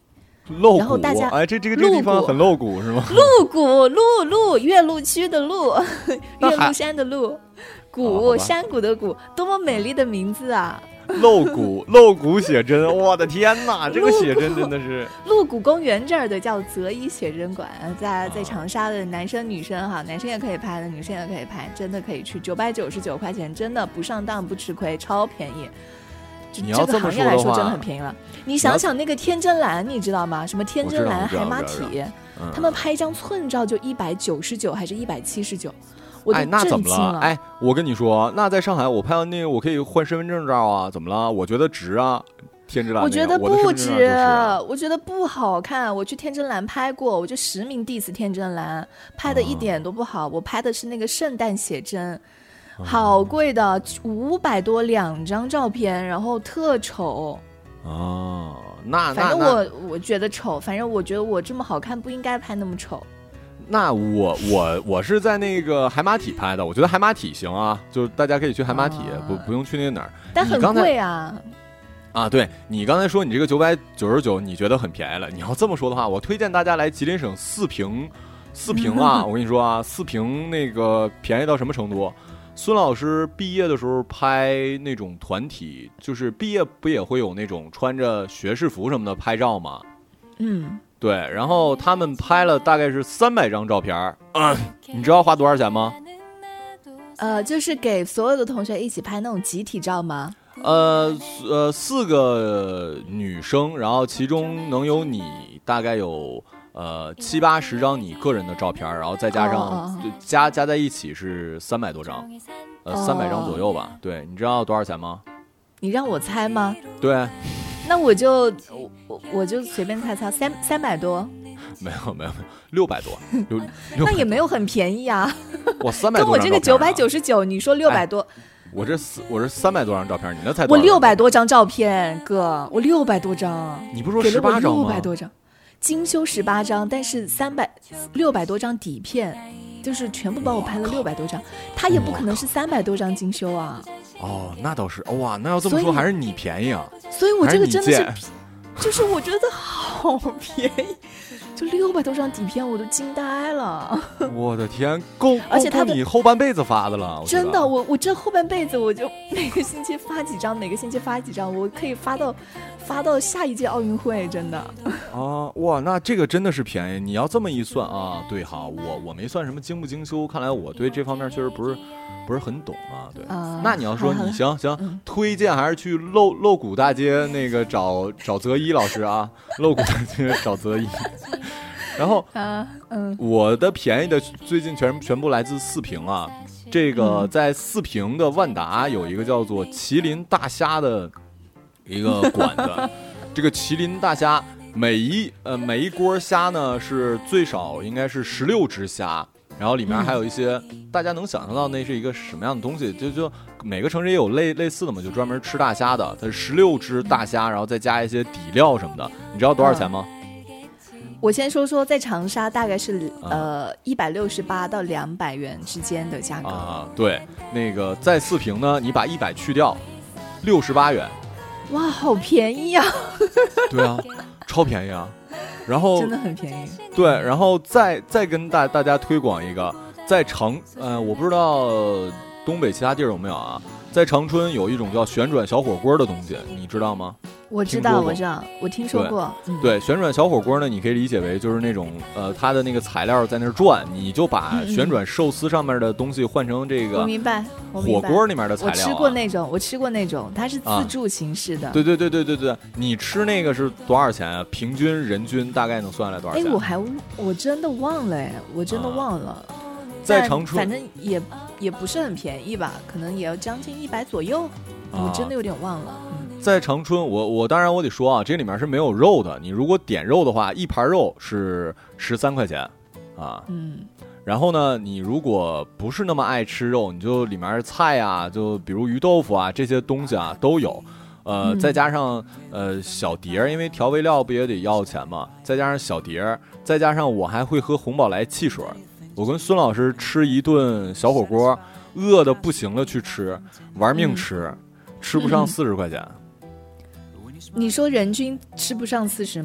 露骨， 然后大家哎，这这个这个地方很露骨是吗？ 露骨，陆路，岳麓区的路，岳麓山的路，谷、哦、山谷的谷，多么美丽的名字啊！ 露骨，露骨写真，我的天哪，这个写真真的是。 鹿谷公园这儿的叫择一写真馆，在在长沙的男生女生哈，男生也可以拍的，女生也可以拍，真的可以去，九百九十九块钱，真的不上当不吃亏，超便宜。 你要这个行业来说真的很便宜了。你想想那个天真蓝，你知道吗？什么天真蓝、海马体，嗯、他们拍一张寸照就一百九十九还是一百七十九，我都震惊了。 哎，那怎么了？哎，我跟你说，那在上海我拍完那个，我可以换身份证照啊，怎么了？我觉得值啊。天真蓝、那个， 我觉得不值， 我, 啊、 我觉得不好看。我去天真蓝拍过，我就实名 diss 天真蓝，拍的一点都不好。嗯、我拍的是那个圣诞写真。好贵的，五百多两张照片，然后特丑。 哦，那反正我我觉得丑，反正我觉得我这么好看不应该拍那么丑。 那我我我是在那个海马体拍的，我觉得海马体行啊，就大家可以去海马体，啊、不不用去那个哪儿。 但很贵啊。 啊，对你刚才说你这个九百九十九，你觉得很便宜了。你要这么说的话，我推荐大家来吉林省四平，四平啊，我跟你说啊，四平那个便宜到什么程度？孙老师毕业的时候拍那种团体，就是毕业不也会有那种穿着学士服什么的拍照吗？ 嗯， 对，然后他们拍了大概是三百张照片、嗯，你知道花多少钱吗？ 呃，就是给所有的同学一起拍那种集体照吗？ 呃呃，四个女生，然后其中能有你大概有。呃，七八十张你个人的照片，然后再加上、oh, oh. 加加在一起是三百多张，呃，三百、oh. 张左右吧。对，你知道多少钱吗？ 你让我猜吗？ 对， 那我就我我就随便猜猜，三三百多。 没有没有没有，六百多，六那也没有很便宜啊。 我三百多张照片、啊， 跟我这个九百九十九，你说六百多。 哎我这四我这三百多张照片，你那才多我六百多张照片，哥，我六百多张。 你不是说十八张吗？ 六百多张。精修十八张，但是三百六百多张底片，就是全部帮我拍了六百多张，他也不可能是三百多张精修啊。 哦，那倒是哇，那要这么说还是你便宜啊。 所以我这个真的是，就是我觉得好便宜，就六百多张底片，我都惊呆了。 我的天，够， 而且他你后半辈子发的了。 真的，我我这后半辈子我就每个星期发几张，每个星期发几张，我可以发到发到下一届奥运会，真的。 啊，哇，那这个真的是便宜。你要这么一算啊，对哈，我我没算什么精不精修，看来我对这方面确实不是不是很懂啊。对， 啊、 那你要说你行行、 嗯， 推荐还是去露露谷大街那个找找泽一老师啊，露谷大街找泽一。然后啊，嗯， 我的便宜的最近全全部来自四平啊。这个在四平的万达有一个叫做麒麟大虾的一个馆子，这个麒麟大虾每一呃每一锅虾呢是最少应该是十六只虾，然后里面还有一些、嗯、大家能想象到那是一个什么样的东西，就就每个城市也有类类似的嘛，就专门吃大虾的，它是十六只大虾，然后再加一些底料什么的，你知道多少钱吗？嗯我先说说，在长沙大概是、嗯、呃一百六十八到两百元之间的价格啊。对，那个在四平呢，你把一百去掉，六十八元。 哇，好便宜啊！ 对啊，超便宜啊！然后真的很便宜。 对，然后再再跟大大家推广一个，在长呃，我不知道东北其他地儿有没有啊，在长春有一种叫旋转小火锅的东西，你知道吗？ 我知道，我知道，我听说过。 对，嗯、对，旋转小火锅呢，你可以理解为就是那种呃，它的那个材料在那儿转，你就把旋转寿司上面的东西换成这个。 我明白， 火锅里面的材料、啊。 我吃过那种，我吃过那种，它是自助形式的。 啊、对对对对对对，你吃那个是多少钱啊？平均人均大概能算下来多少钱？ 哎，我还我真的忘了哎，我真的忘了。啊、 在长春， 反正也也不是很便宜吧，可能也要将近一百左右。啊、我真的有点忘了。嗯在长春，我我当然我得说啊，这里面是没有肉的。你如果点肉的话，一盘肉是十三块钱，啊， 嗯。 然后呢，你如果不是那么爱吃肉，你就里面菜啊，就比如鱼豆腐啊这些东西啊都有，呃， 嗯、 再加上呃小碟，因为调味料不也得要钱嘛，再加上小碟，再加上我还会喝红宝来汽水。我跟孙老师吃一顿小火锅，饿得不行了去吃，玩命吃，嗯、吃不上四十块钱。 你说人均吃不上四十吗？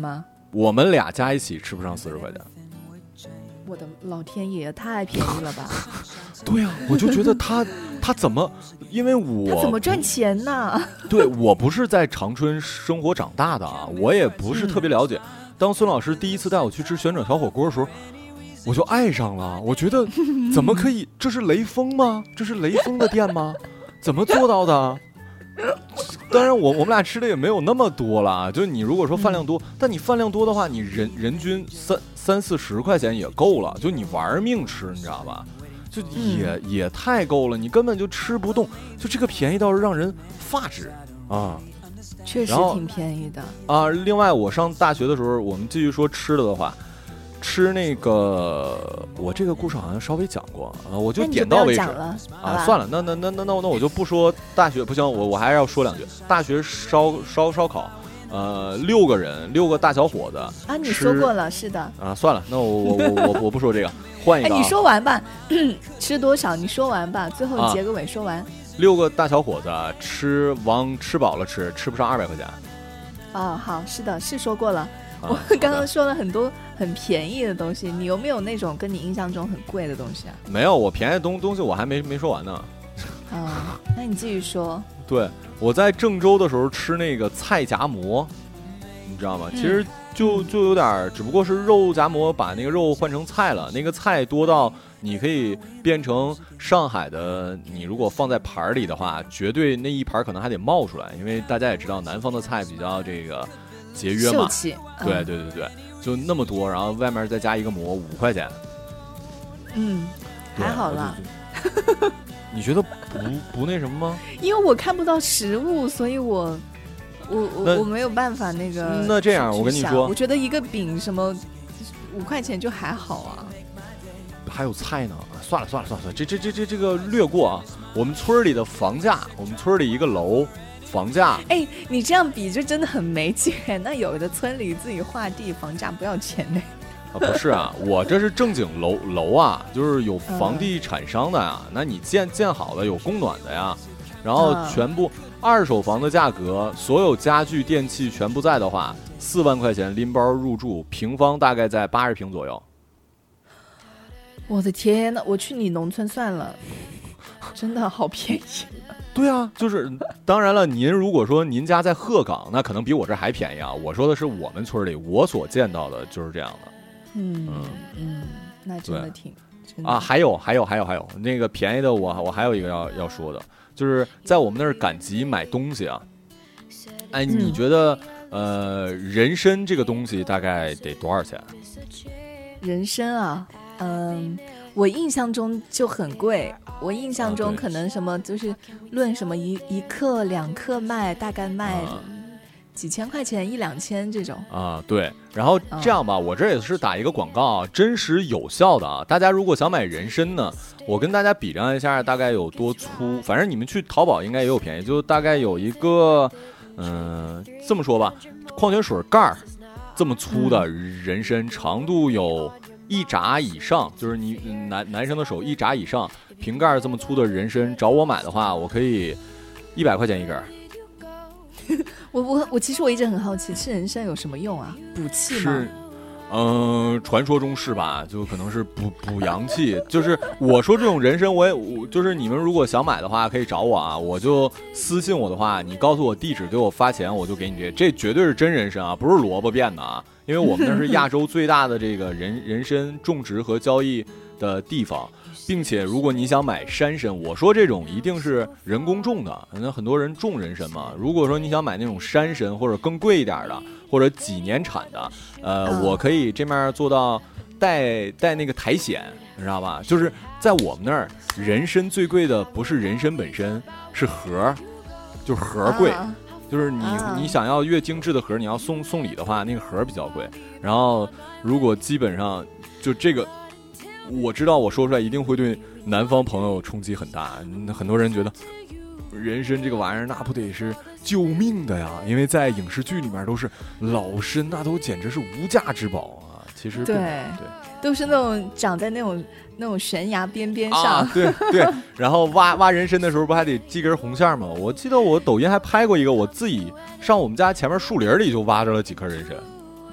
我们俩加一起吃不上四十块钱。 我的老天爷，太便宜了吧？ 对啊，我就觉得他他怎么，因为我他怎么赚钱呢？ 对，我不是在长春生活长大的啊，我也不是特别了解。嗯、当孙老师第一次带我去吃旋转小火锅的时候，我就爱上了。我觉得怎么可以？这是雷锋吗？这是雷锋的店吗？怎么做到的？当然我我们俩吃的也没有那么多了，就是你如果说饭量多，嗯、但你饭量多的话，你人人均三三四十块钱也够了，就你玩命吃，你知道吧？就也、嗯、也太够了，你根本就吃不动，就这个便宜倒是让人发指啊！ 确实挺便宜的啊。另外，我上大学的时候，我们继续说吃的的话。吃那个，我这个故事好像稍微讲过啊，我就点到为止了啊。算了，那那那那那那我就不说大学不行，我我还是要说两句。大学烧烧烧烤，呃，六个人，六个大小伙子啊，你说过了，是的啊。算了，那我我我我我不说这个，换一个、啊。 哎，你说完吧，吃多少？你说完吧，最后结个尾，说完。啊、 六个大小伙子吃，往吃饱了吃，吃不上二百块钱。 哦，好，是的，是说过了。我刚刚说了很多很便宜的东西，你有没有那种跟你印象中很贵的东西啊？ 没有，我便宜的东东西我还没没说完呢。 啊、哦，那你继续说。 对，我在郑州的时候吃那个菜夹馍，你知道吗？其实就就有点，只不过是肉夹馍把那个肉换成菜了，那个菜多到你可以变成上海的，你如果放在盘里的话，绝对那一盘可能还得冒出来，因为大家也知道南方的菜比较这个。节约嘛， 嗯、 对对对对，就那么多，然后外面再加一个馍，五块钱。 嗯，还好啦。 你觉得不不那什么吗？ 因为我看不到食物，所以我我我我没有办法那个。 那这样，我跟你说， 我觉得一个饼什么五块钱就还好啊。 还有菜呢，算了算了算了算了，这这这这这个略过啊。我们村里的房价，我们村里一个楼。房价， 哎，你这样比就真的很没劲。那有的村里自己划地，房价不要钱呢。 啊，不是啊，我这是正经楼楼啊，就是有房地产商的呀。嗯、那你建建好了有供暖的呀，然后全部二手房的价格，所有家具电器全部在的话，四万块钱拎包入住，平方大概在八十平左右。 我的天哪，我去你农村算了，真的好便宜。 对啊，就是当然了，您如果说您家在鹤岗，那可能比我这还便宜啊。我说的是我们村里我所见到的就是这样的。 嗯嗯嗯，那真的挺真的啊。还有还有还有还有那个便宜的我，我我还有一个要要说的，就是在我们那儿赶集买东西啊。哎，你觉得、嗯、呃人参这个东西大概得多少钱？ 人参啊，嗯。我印象中就很贵，我印象中可能什么就是论什么一一克两克卖大概卖几千块钱一两千这种啊。对，然后这样吧，我这也是打一个广告啊，真实有效的啊。大家如果想买人参呢，我跟大家比量一下大概有多粗，反正你们去淘宝应该也有便宜，就大概有一个嗯、呃、这么说吧，矿泉水盖这么粗的人参，长度有一拃以上，就是你男男生的手一拃以上，瓶盖这么粗的人参，找我买的话，我可以一百块钱一根。 我我我其实我一直很好奇，吃人参有什么用啊？补气吗？ 是，嗯、呃，传说中是吧？就可能是补补阳气。就是我说这种人参，我也我就是你们如果想买的话，可以找我啊，我就私信我的话，你告诉我地址，给我发钱，我就给你这，这绝对是真人参啊，不是萝卜变的啊。因为我们那是亚洲最大的这个人人参种植和交易的地方，并且如果你想买山参，我说这种一定是人工种的，那很多人种人参嘛。如果说你想买那种山参或者更贵一点的，或者几年产的，呃，嗯、我可以这面做到带带那个苔藓，你知道吧？就是在我们那儿，人参最贵的不是人参本身，是盒，就是盒贵。啊就是你、啊、你想要越精致的盒，你要送送礼的话，那个盒比较贵。然后如果基本上就这个，我知道我说出来一定会对南方朋友冲击很大。很多人觉得人参这个玩意儿那不得是救命的呀，因为在影视剧里面都是老参，那都简直是无价之宝啊。其实对对， 都是那种长在那种那种悬崖边边上， 啊、对对。然后挖挖人参的时候不还得系根红线吗？我记得我抖音还拍过一个，我自己上我们家前面树林里就挖着了几颗人参。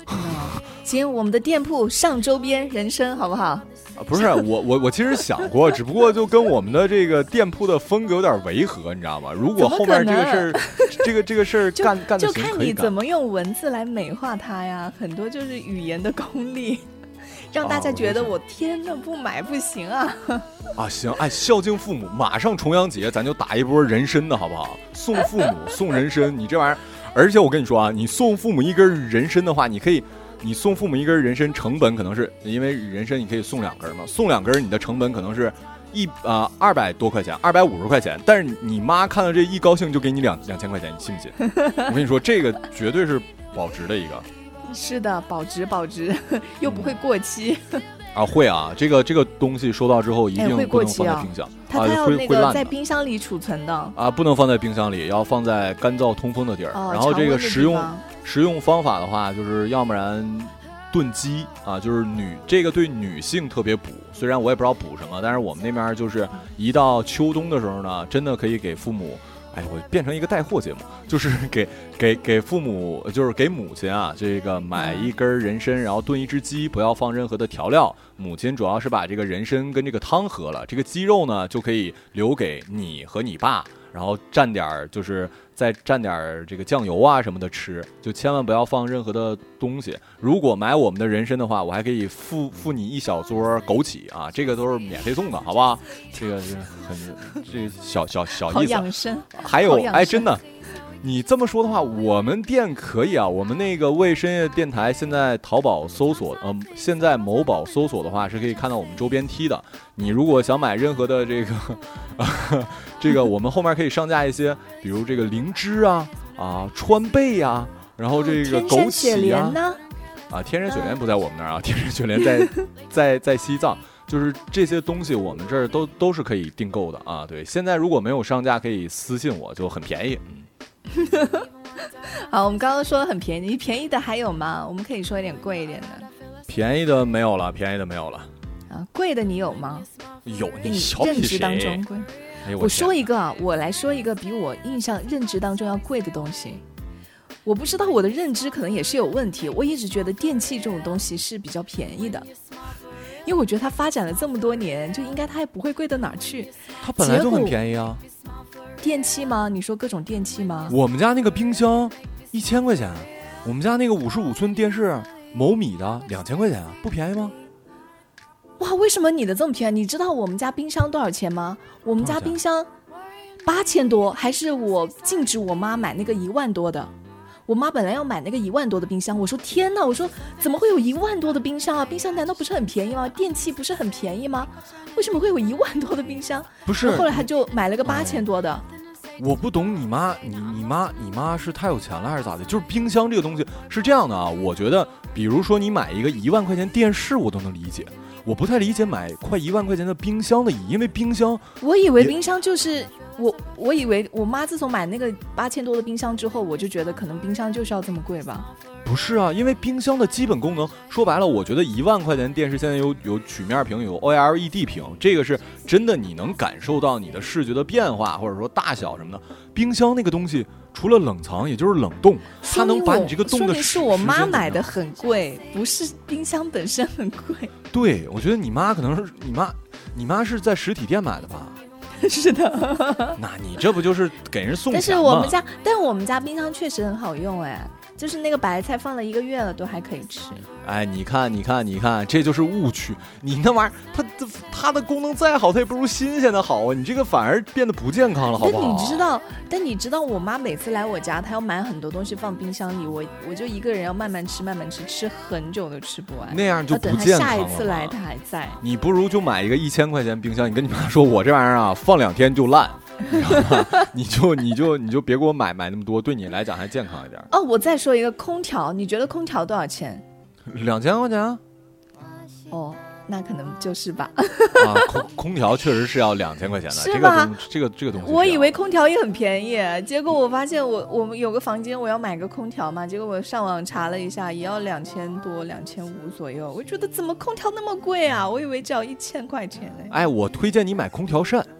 行，我们的店铺上周边人参好不好？啊， 不是我我我其实想过，只不过就跟我们的这个店铺的风格有点违和，你知道吗？如果后面这个事儿，这个这个事儿干干就看你怎么用文字来美化它呀，很多就是语言的功力。让大家觉得我天哪，不买不行啊！ 啊，行，哎，孝敬父母，马上重阳节咱就打一波人参的好不好？送父母送人参，你这玩意儿，而且我跟你说啊，你送父母一根人参的话，你可以，你送父母一根人参成本可能是因为人参你可以送两根嘛，送两根你的成本可能是一啊二百多块钱，二百五十块钱，但是你妈看到这一高兴就给你两两千块钱，你信不信？我跟你说，这个绝对是保值的一个。 是的，保值保值，又不会过期。 嗯、啊，会啊，这个这个东西收到之后一定不能放在冰箱， 哎、它它要那个在冰箱里储存的啊，不能放在冰箱里，要放在干燥通风的地儿。 哦、 然后这个食用食用方法的话，就是要不然炖鸡啊，就是女这个对女性特别补，虽然我也不知道补什么，但是我们那边就是一到秋冬的时候呢，真的可以给父母。哎，我变成一个带货节目，就是给给给父母，就是给母亲啊，这个买一根人参，然后炖一只鸡，不要放任何的调料。母亲主要是把这个人参跟这个汤喝了，这个鸡肉呢就可以留给你和你爸，然后蘸点就是再蘸点这个酱油啊什么的吃，就千万不要放任何的东西。如果买我们的人参的话，我还可以付付你一小撮枸杞啊，这个都是免费送的，好不好？这个是很这个小小小意思。 好养生。 还有哎，真的。你这么说的话，我们店可以啊。我们那个为深夜电台现在淘宝搜索，呃，现在某宝搜索的话是可以看到我们周边 T 的。你如果想买任何的这个，呃、这个我们后面可以上架一些，比如这个灵芝啊啊川贝呀、啊，然后这个枸杞啊， 呢啊天山雪莲不在我们那儿啊，天山雪莲在在在西藏。就是这些东西我们这儿都都是可以订购的啊。对，现在如果没有上架，可以私信我，就很便宜。嗯。 好，我们刚刚说的很便宜，便宜的还有吗？我们可以说一点贵一点的。 便宜的没有了，便宜的没有了。 啊，贵的你有吗？ 有，你小认知当中贵。 哎、 我, 我说一个啊，我来说一个比我印象认知当中要贵的东西。我不知道我的认知可能也是有问题，我一直觉得电器这种东西是比较便宜的。因为我觉得它发展了这么多年，就应该它也不会贵到哪儿去。 它本来就很便宜啊。 电器吗？你说各种电器吗？ 我们家那个冰箱一千块钱，我们家那个五十五寸电视某米的两千块钱，不便宜吗？ 哇，为什么你的这么便宜？你知道我们家冰箱多少钱吗？我们家冰箱八千多，还是我禁止我妈买那个一万多的。我妈本来要买那个一万多的冰箱，我说天哪，我说怎么会有一万多的冰箱啊？冰箱难道不是很便宜吗？电器不是很便宜吗？为什么会有一万多的冰箱？ 不是， 后来他就买了个八千多的。 嗯、我不懂你妈，你你妈你妈是太有钱了还是咋的？就是冰箱这个东西是这样的啊，我觉得，比如说你买一个一万块钱电视，我都能理解。我不太理解买快一万块钱的冰箱的意义，因为冰箱， 我以为冰箱就是我，我以为我妈自从买那个八千多的冰箱之后，我就觉得可能冰箱就是要这么贵吧。 不是啊，因为冰箱的基本功能，说白了，我觉得一万块钱电视现在有有曲面屏，有 O L E D 屏，这个是真的，你能感受到你的视觉的变化，或者说大小什么的。冰箱那个东西，除了冷藏，也就是冷冻，它能把你这个冻的。 说明是我妈买的很贵，不是冰箱本身很贵。 对，我觉得你妈可能是你妈，你妈是在实体店买的吧？ 是的。 那你这不就是给人送钱吗？ 但是我们家，但是我们家冰箱确实很好用哎。就是那个白菜放了一个月了都还可以吃。 哎，你看你看你看，这就是误区。你那玩意儿，它它的功能再好，它也不如新鲜的好啊！你这个反而变得不健康了，好不好？ 但你知道，但你知道，我妈每次来我家，她要买很多东西放冰箱里，我我就一个人要慢慢吃，慢慢吃，吃很久都吃不完。 那样就不健康了。 等她下一次来，她还在。 你不如就买一个一千块钱冰箱，你跟你妈说，我这玩意儿啊，放两天就烂。你知道吗？你就你就你就别给我买买那么多，对你来讲还健康一点。 哦，我再说一个空调，你觉得空调多少钱？ 两千块钱。 哦，那可能就是吧。 啊，空空调确实是要两千块钱的，这个东这个这个东西。 我以为空调也很便宜，结果我发现我我们有个房间我要买个空调嘛，结果我上网查了一下，也要两千多两千五左右。我觉得怎么空调那么贵啊？我以为只要一千块钱嘞。 哎，我推荐你买空调扇。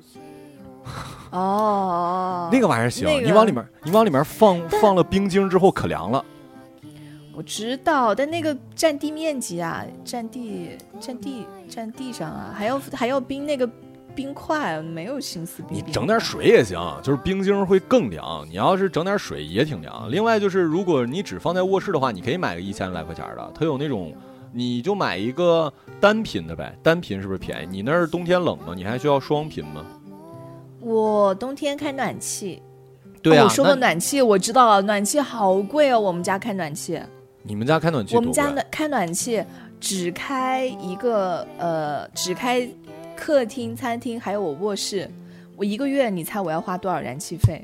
哦， 那个玩意儿行，那个、你往里面你往里面放放了冰晶之后可凉了。 我知道，但那个占地面积啊，占地占地占地上啊，还要还要冰那个冰块，没有心思冰。 你整点水也行，就是冰晶会更凉。你要是整点水也挺凉。另外就是，如果你只放在卧室的话，你可以买个一千来块钱的，它有那种，你就买一个单频的呗，单频是不是便宜？你那儿冬天冷吗？你还需要双频吗？ 我冬天开暖气。 对啊， 哦、我说的暖气我知道了，暖气好贵哦，我们家开暖气。 你们家开暖气多贵？ 我们家暖开暖气只开一个呃，只开客厅、餐厅还有我卧室，我一个月你猜我要花多少燃气费？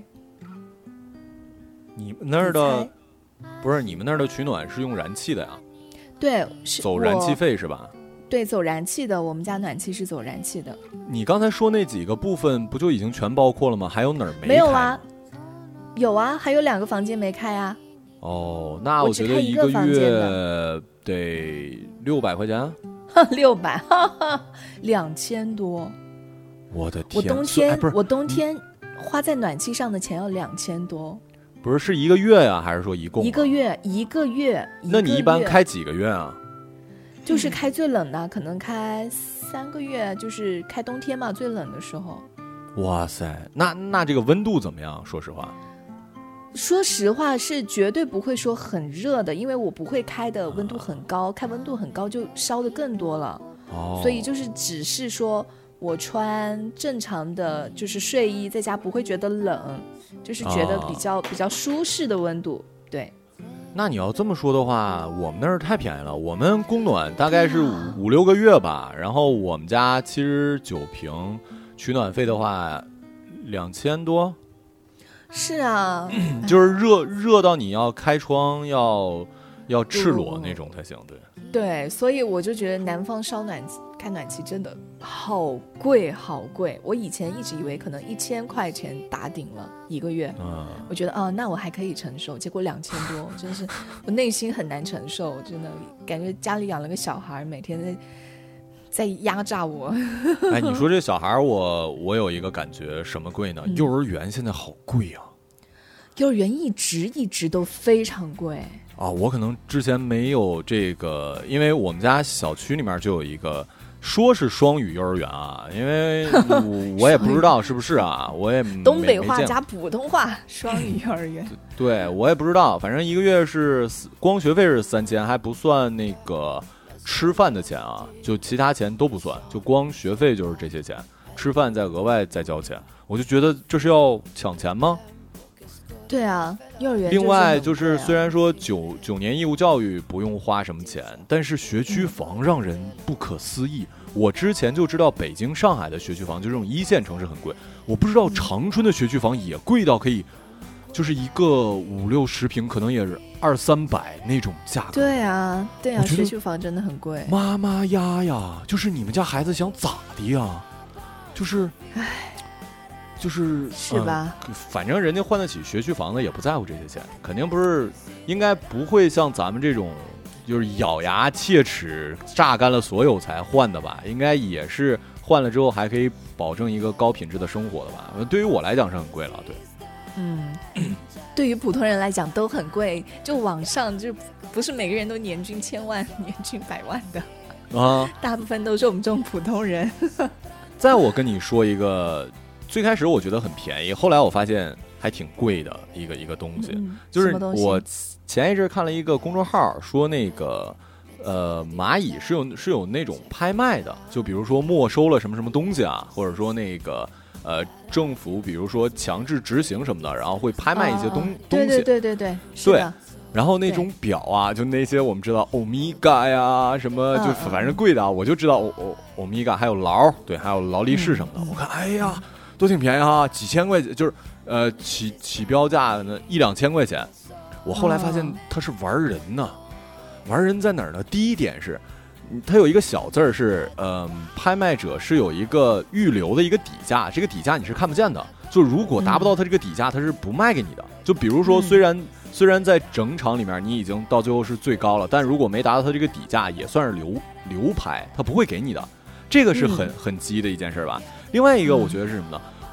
你们那儿的不是你们那儿的取暖是用燃气的呀？ 对，是走燃气费是吧？ 对，走燃气的，我们家暖气是走燃气的。 你刚才说那几个部分不就已经全包括了吗？还有哪儿没开？ 没有啊，有啊，还有两个房间没开啊。 哦，那我觉得一个月得六百块钱。 六百，两千多。 我的天！ 我冬天、哎、我冬天花在暖气上的钱要两千多。 不是，是一个月呀、啊，还是说一共、啊？ 一个月，一个月。 那你一般开几个月啊？ 就是开最冷的，可能开三个月，就是开冬天嘛，最冷的时候。 哇塞，那那这个温度怎么样？说实话， 说实话是绝对不会说很热的，因为我不会开的温度很高，啊、开温度很高就烧的更多了。哦，所以就是只是说我穿正常的就是睡衣在家不会觉得冷，就是觉得比较、哦、比较舒适的温度，对。 那你要这么说的话，我们那儿太便宜了。我们供暖大概是五、啊、五六个月吧，然后我们家七十九平，取暖费的话两千多。 是啊， 就是热热到你要开窗要要赤裸那种才行，对。 对，所以我就觉得南方烧暖气开暖气真的好贵好贵。我以前一直以为可能一千块钱打顶了一个月，嗯，我觉得啊，那我还可以承受，结果两千多，真是我内心很难承受，真的感觉家里养了个小孩，每天在在压榨我。 哎，你说这小孩，我我有一个感觉，什么贵呢？嗯、幼儿园现在好贵啊！ 幼儿园一直一直都非常贵。 啊，我可能之前没有这个，因为我们家小区里面就有一个，说是双语幼儿园啊，因为我, 我也不知道是不是啊，我也东北话加普通话双语幼儿园。 对，我也不知道，反正一个月是光学费是三千，还不算那个吃饭的钱啊，就其他钱都不算，就光学费就是这些钱，吃饭再额外再交钱，我就觉得这是要抢钱吗？ 对啊，幼儿园。 另外就是，虽然说九九年义务教育不用花什么钱，但是学区房让人不可思议。我之前就知道北京、上海的学区房，就这种一线城市很贵，我不知道长春的学区房也贵到可以，就是一个五六十平，可能也是二三百那种价格。 对啊，对啊，学区房真的很贵。 妈妈呀呀，就是你们家孩子想咋的呀？就是，唉。就是是吧、 嗯？反正人家换得起学区房的也不在乎这些钱，肯定不是，应该不会像咱们这种，就是咬牙切齿榨干了所有才换的吧？应该也是换了之后还可以保证一个高品质的生活的吧？对于我来讲是很贵了，对。 嗯，对于普通人来讲都很贵，就网上就不是每个人都年均千万、年均百万的啊，大部分都是我们这种普通人。 再我跟你说一个。最开始我觉得很便宜，后来我发现还挺贵的一个一个东西， 嗯、 就是我前一阵看了一个公众号，说那个呃蚂蚁是有是有那种拍卖的，就比如说没收了什么什么东西啊，或者说那个呃政府比如说强制执行什么的，然后会拍卖一些东、哦、东西， 对对对对对， 对。然后那种表啊，就那些我们知道欧米伽呀，什么就反正贵的啊，我就知道欧欧欧米伽还有劳，对，还有劳力士什么的，嗯、我看哎呀。都挺便宜哈，几千块钱，就是呃起起标价呢一两千块钱。我后来发现他是玩人呢，哦、玩人在哪儿呢？第一点是，他有一个小字儿是，嗯、呃，拍卖者是有一个预留的一个底价，这个底价你是看不见的。就如果达不到他这个底价，他是不卖给你的。就比如说，虽然、嗯、虽然在整场里面你已经到最后是最高了，但如果没达到他这个底价，也算是流流拍，他不会给你的。这个是很、嗯、很鸡的一件事吧。另外一个我觉得是什么呢？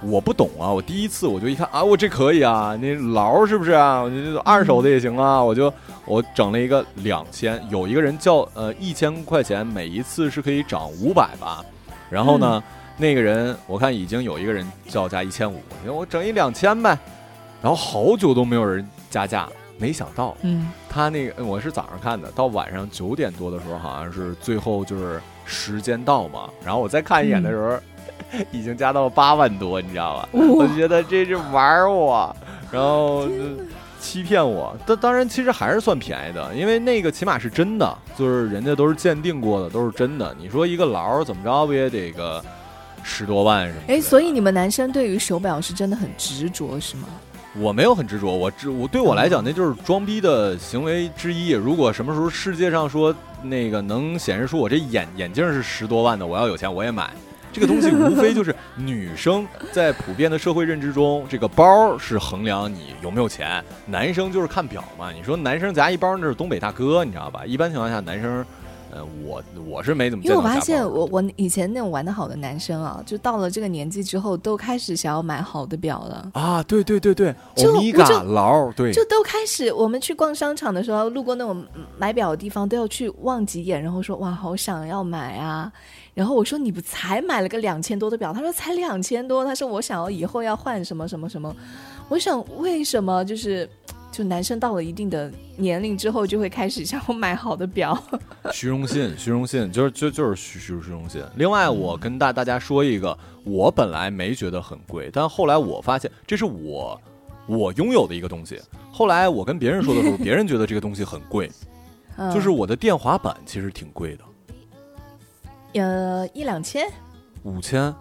我不懂啊，我第一次我就一看啊，我这可以啊，那劳是不是啊？我就二手的也行啊，我就我整了一个两千，有一个人叫呃一千块钱，每一次是可以涨五百吧。然后呢，嗯、那个人我看已经有一个人叫价一千五，我整一两千呗。然后好久都没有人加价，没想到，嗯，他那个我是早上看的，到晚上九点多的时候，好像是最后就是时间到嘛。然后我再看一眼的时候。嗯已经加到八万多，你知道吧？我就觉得这是玩我，然后欺骗我。但当然，其实还是算便宜的，因为那个起码是真的，就是人家都是鉴定过的，都是真的。你说一个劳怎么着不也得个十多万什么？ 哎，所以你们男生对于手表是真的很执着，是吗？ 我没有很执着，我执我对我来讲，那就是装逼的行为之一。如果什么时候世界上说那个能显示出我这眼眼镜是十多万的，我要有钱我也买。这个东西无非就是女生在普遍的社会认知中，这个包是衡量你有没有钱，男生就是看表嘛。你说男生夹一包那是东北大哥，你知道吧？一般情况下，男生，呃，我我是没怎么见到夹包。 因为我发现我我以前那种玩得好的男生啊，就到了这个年纪之后，都开始想要买好的表了啊！对对对对，欧米伽劳，对， 就都开始。我们去逛商场的时候，路过那种买表的地方，都要去望几眼，然后说哇，好想要买啊。然后我说你不才买了个两千多的表？他说才两千多，他说我想要以后要换什么什么什么。我想为什么就是就男生到了一定的年龄之后就会开始想要买好的表？ 虚荣心，虚荣心就是就就是虚虚荣心。另外，我跟大大家说一个，我本来没觉得很贵，但后来我发现这是我我拥有的一个东西。后来我跟别人说的时候，别人觉得这个东西很贵，就是我的电滑板其实挺贵的。 呃，一两千， 五千，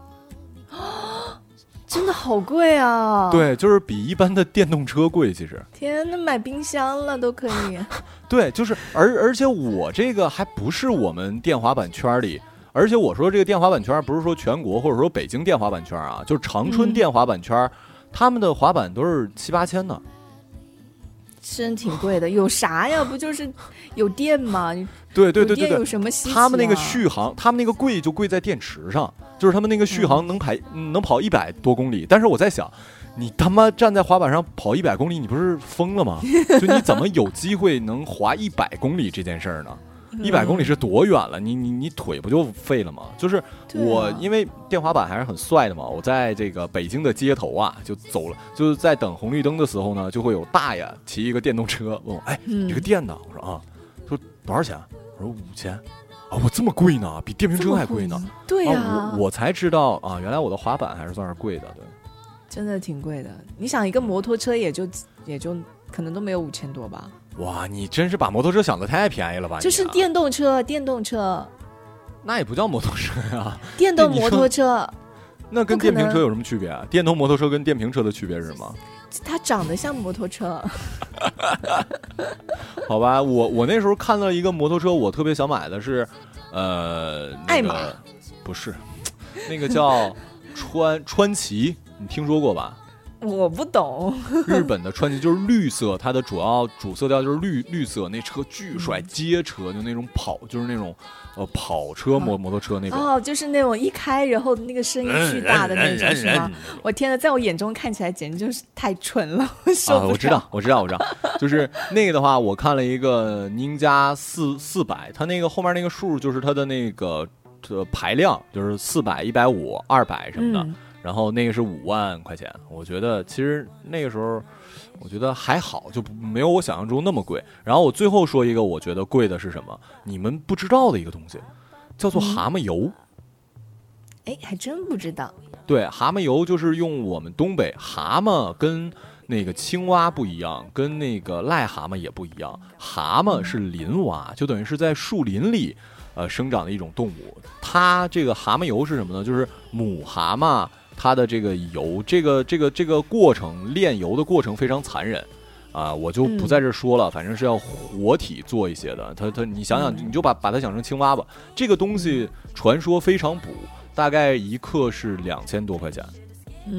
真的好贵啊！ 对，就是比一般的电动车贵。其实， 天哪，买冰箱了都可以。 对，就是而而且我这个还不是我们电滑板圈里，而且我说这个电滑板圈不是说全国或者说北京电滑板圈啊，就是长春电滑板圈，嗯、他们的滑板都是七八千的。 真挺贵的，有啥呀？不就是有电吗？ 对对对对对， 有什么稀奇啊？ 他们那个续航，他们那个贵就贵在电池上，就是他们那个续航能排、嗯、能跑一百多公里。但是我在想，你他妈站在滑板上跑一百公里，你不是疯了吗？就你怎么有机会能滑一百公里这件事儿呢？一百公里是多远了？你你你腿不就废了吗？就是我、啊、因为电滑板还是很帅的嘛，我在这个北京的街头啊就走了，就是在等红绿灯的时候呢，就会有大爷骑一个电动车问我，哎，嗯、这个电呢？我说啊，说多少钱？我说五千。啊，我这么贵呢？比电瓶车还贵呢？ 对呀、 啊，我我才知道啊，原来我的滑板还是算是贵的，对， 真的挺贵的。你想一个摩托车也就也就可能都没有五千多吧。 哇，你真是把摩托车想得太便宜了吧？ 就是电动车，电动车， 那也不叫摩托车呀。 电动摩托车， 那跟电瓶车有什么区别啊？电动摩托车跟电瓶车的区别是什么？ 它长得像摩托车。 好吧，我我那时候看到一个摩托车，我特别想买的是，呃，那个、 爱玛， 不是，那个叫川川崎，你听说过吧？ 我不懂。 日本的川崎就是绿色，它的主要主色调就是绿绿色，那车巨帅，街车就那种跑，就是那种呃跑车摩摩托车那种。 哦，就是那种一开然后那个声音巨大的那种，是吗？我天哪，在我眼中看起来简直就是太蠢了，我受不了。 啊，我知道，我知道，我知道，就是那个的话，我看了一个宁加四四百，它那个后面那个数就是它的那个呃排量，就是四百、一百五、二百什么的。嗯，然后那个是五万块钱，我觉得其实那个时候我觉得还好，就没有我想象中那么贵。然后我最后说一个我觉得贵的是什么，你们不知道的一个东西，叫做蛤蟆油。 哎、嗯，还真不知道。 对，蛤蟆油就是用我们东北蛤蟆跟那个青蛙不一样，跟那个癞蛤蟆也不一样。蛤蟆是林蛙，就等于是在树林里呃生长的一种动物。它这个蛤蟆油是什么呢？就是母蛤蟆它的这个油，这个这个这个过程炼油的过程非常残忍啊，我就不在这说了，嗯、反正是要活体做一些的。它它你想想，你就把把它想成青蛙吧。这个东西传说非常补，大概一克是两千多块钱。 嗯，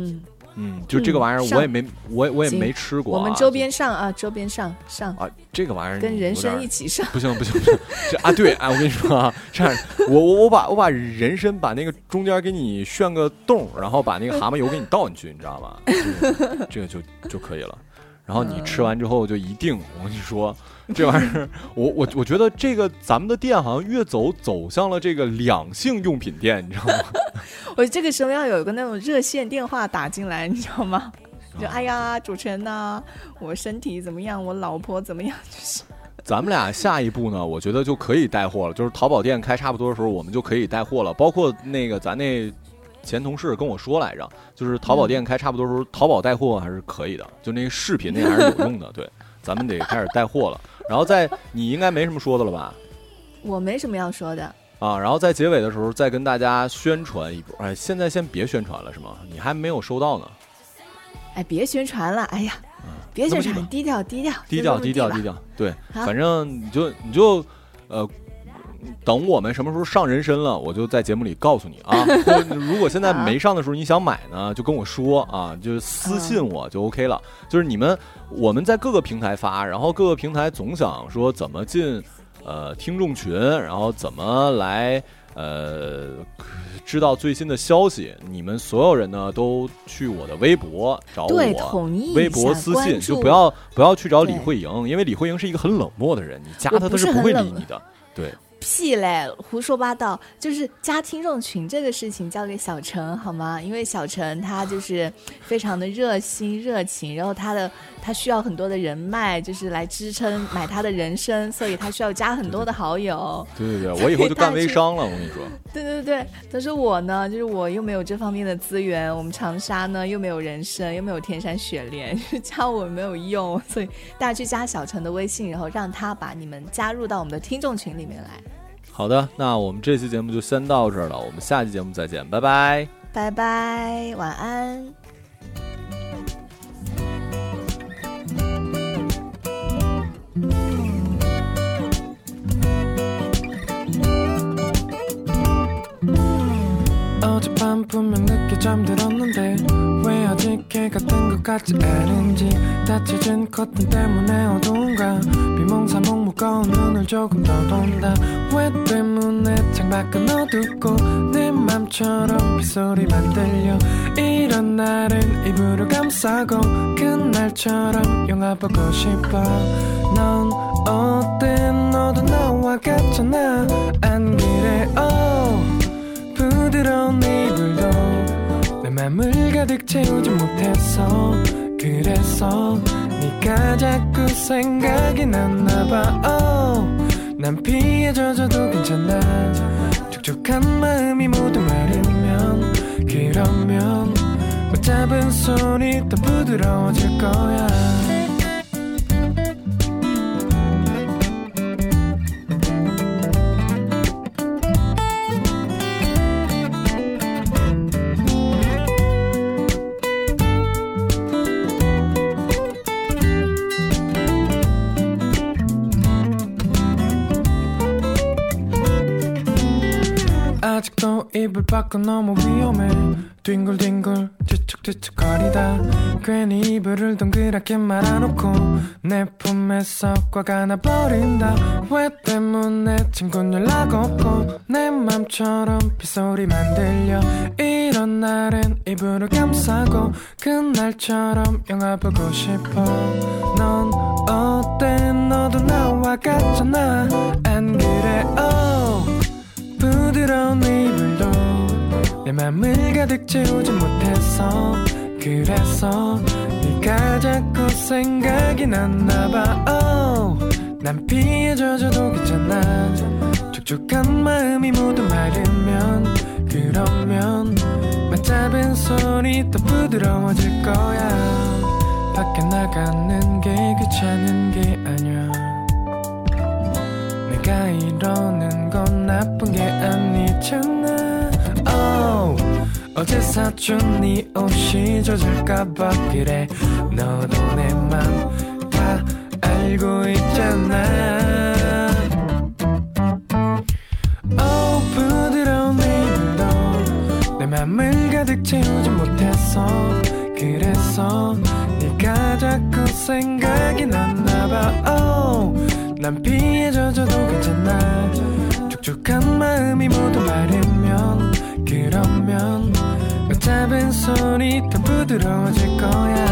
嗯，就这个玩意儿我也没、嗯、我也我也没吃过、啊、 我们周边上啊周边上上啊，这个玩意儿跟人参一起上， 不行不行不行，这啊对啊，我跟你说啊，这样我我我把我把人参把那个中间给你炫个洞，然后把那个蛤蟆油给你倒进去，你知道吗？这个就就可以了。然后你吃完之后就一定，我跟你说，这玩意儿，我我我觉得这个咱们的店好像越走走向了这个两性用品店，你知道吗？ 我这个时候要有个那种热线电话打进来，你知道吗？就哎呀，主持人呐、啊，我身体怎么样？我老婆怎么样？就是。 咱们俩下一步呢，我觉得就可以带货了，就是淘宝店开差不多的时候，我们就可以带货了，包括那个咱那。前同事跟我说来着，就是淘宝店开差不多的时候，淘宝带货还是可以的，就那个视频那还是有用的。对，咱们得开始带货了。然后在你应该没什么说的了吧？ 我没什么要说的啊。然后在结尾的时候再跟大家宣传一波。哎，现在先别宣传了是吗？你还没有收到呢。 哎，别宣传了，哎呀，嗯、别宣传，低调低调低调低调低调。对，反正你就你就呃。等我们什么时候上人参了，我就在节目里告诉你啊。如果现在没上的时候你想买呢，就跟我说啊，就私信我就 OK 了。就是你们我们在各个平台发，然后各个平台总想说怎么进呃听众群，然后怎么来呃知道最新的消息。你们所有人呢都去我的微博找我， 对，统一微博私信，就不要不要去找李慧莹，因为李慧莹是一个很冷漠的人，你加她她是不会理你的。对。 屁嘞，胡说八道！就是加听众群这个事情交给小陈好吗？因为小陈他就是非常的热心热情，然后他的他需要很多的人脉，就是来支撑买他的人参，所以他需要加很多的好友。 对对对，我以后就干微商了，我跟你说。 对对对，但是我呢，就是我又没有这方面的资源，我们长沙呢又没有人参，又没有天山雪莲，加我没有用，所以大家去加小陈的微信，然后让他把你们加入到我们的听众群里面来。 好的，那我们这期节目就先到这儿了，我们下期节目再见，拜拜， 拜拜，晚安。어젯밤 분명 늦게 잠들었는데 왜 아직 해가 뜬 것 같지 않은지 닫혀진 커튼 때문에 어두운가 비몽사몽 무거운 눈을 조금 더 본다 왜 때문에 창밖은 어둡고 내 맘처럼 빗소리만 들려 이런 날은 이불을 감싸고 그날처럼 영화 보고 싶어 넌 어때 너도 나와 같잖아 안 그래 oh 부드러운 이불도 내 맘을 가득 채우지 못했어 그래서 네가 자꾸 생각이 났나봐 oh, 난 피해 젖어도 괜찮아 촉촉한 마음이 모두 마르면 그러면 붙잡은 손이 더 부드러워질 거야 아직도 이불 밖은 너무 위험해 뒹굴뒹굴 뒤척뒤척거리다 괜히 이불을 동그랗게 말아놓고 내 품에서 꽉 안아버린다 왜 때문에 친구는 연락 없고 내 맘처럼 빗소리만 들려 이런 날엔 이불을 감싸고 그날처럼 영화 보고 싶어 넌 어때 너도 나와 같잖아 안 그래 oh 부드러운 이불도 내 맘을 가득 채우지 못했어 그래서 네가 자꾸 생각이 났나봐 oh, 난 피해 젖어도 괜찮아 촉촉한 마음이 모두 마르면 그러면 맞잡은 손이 더 부드러워질 거야 밖에 나가는 게 귀찮은 게 아니야 내가 이러는 건 나쁜 게 아니잖아 oh, 어제 사준 네 옷이 젖을까봐 그래 너도 내 맘 다 알고 있잖아 oh, 부드러운 이불도 내 맘을 가득 채우지 못했어 그래서 네가 자꾸 생각이 났나봐 oh, 난 피해져줘도 괜찮아 촉촉한 마음이 모두 말이면 그러면 어차피 손이 더 부드러워질 거야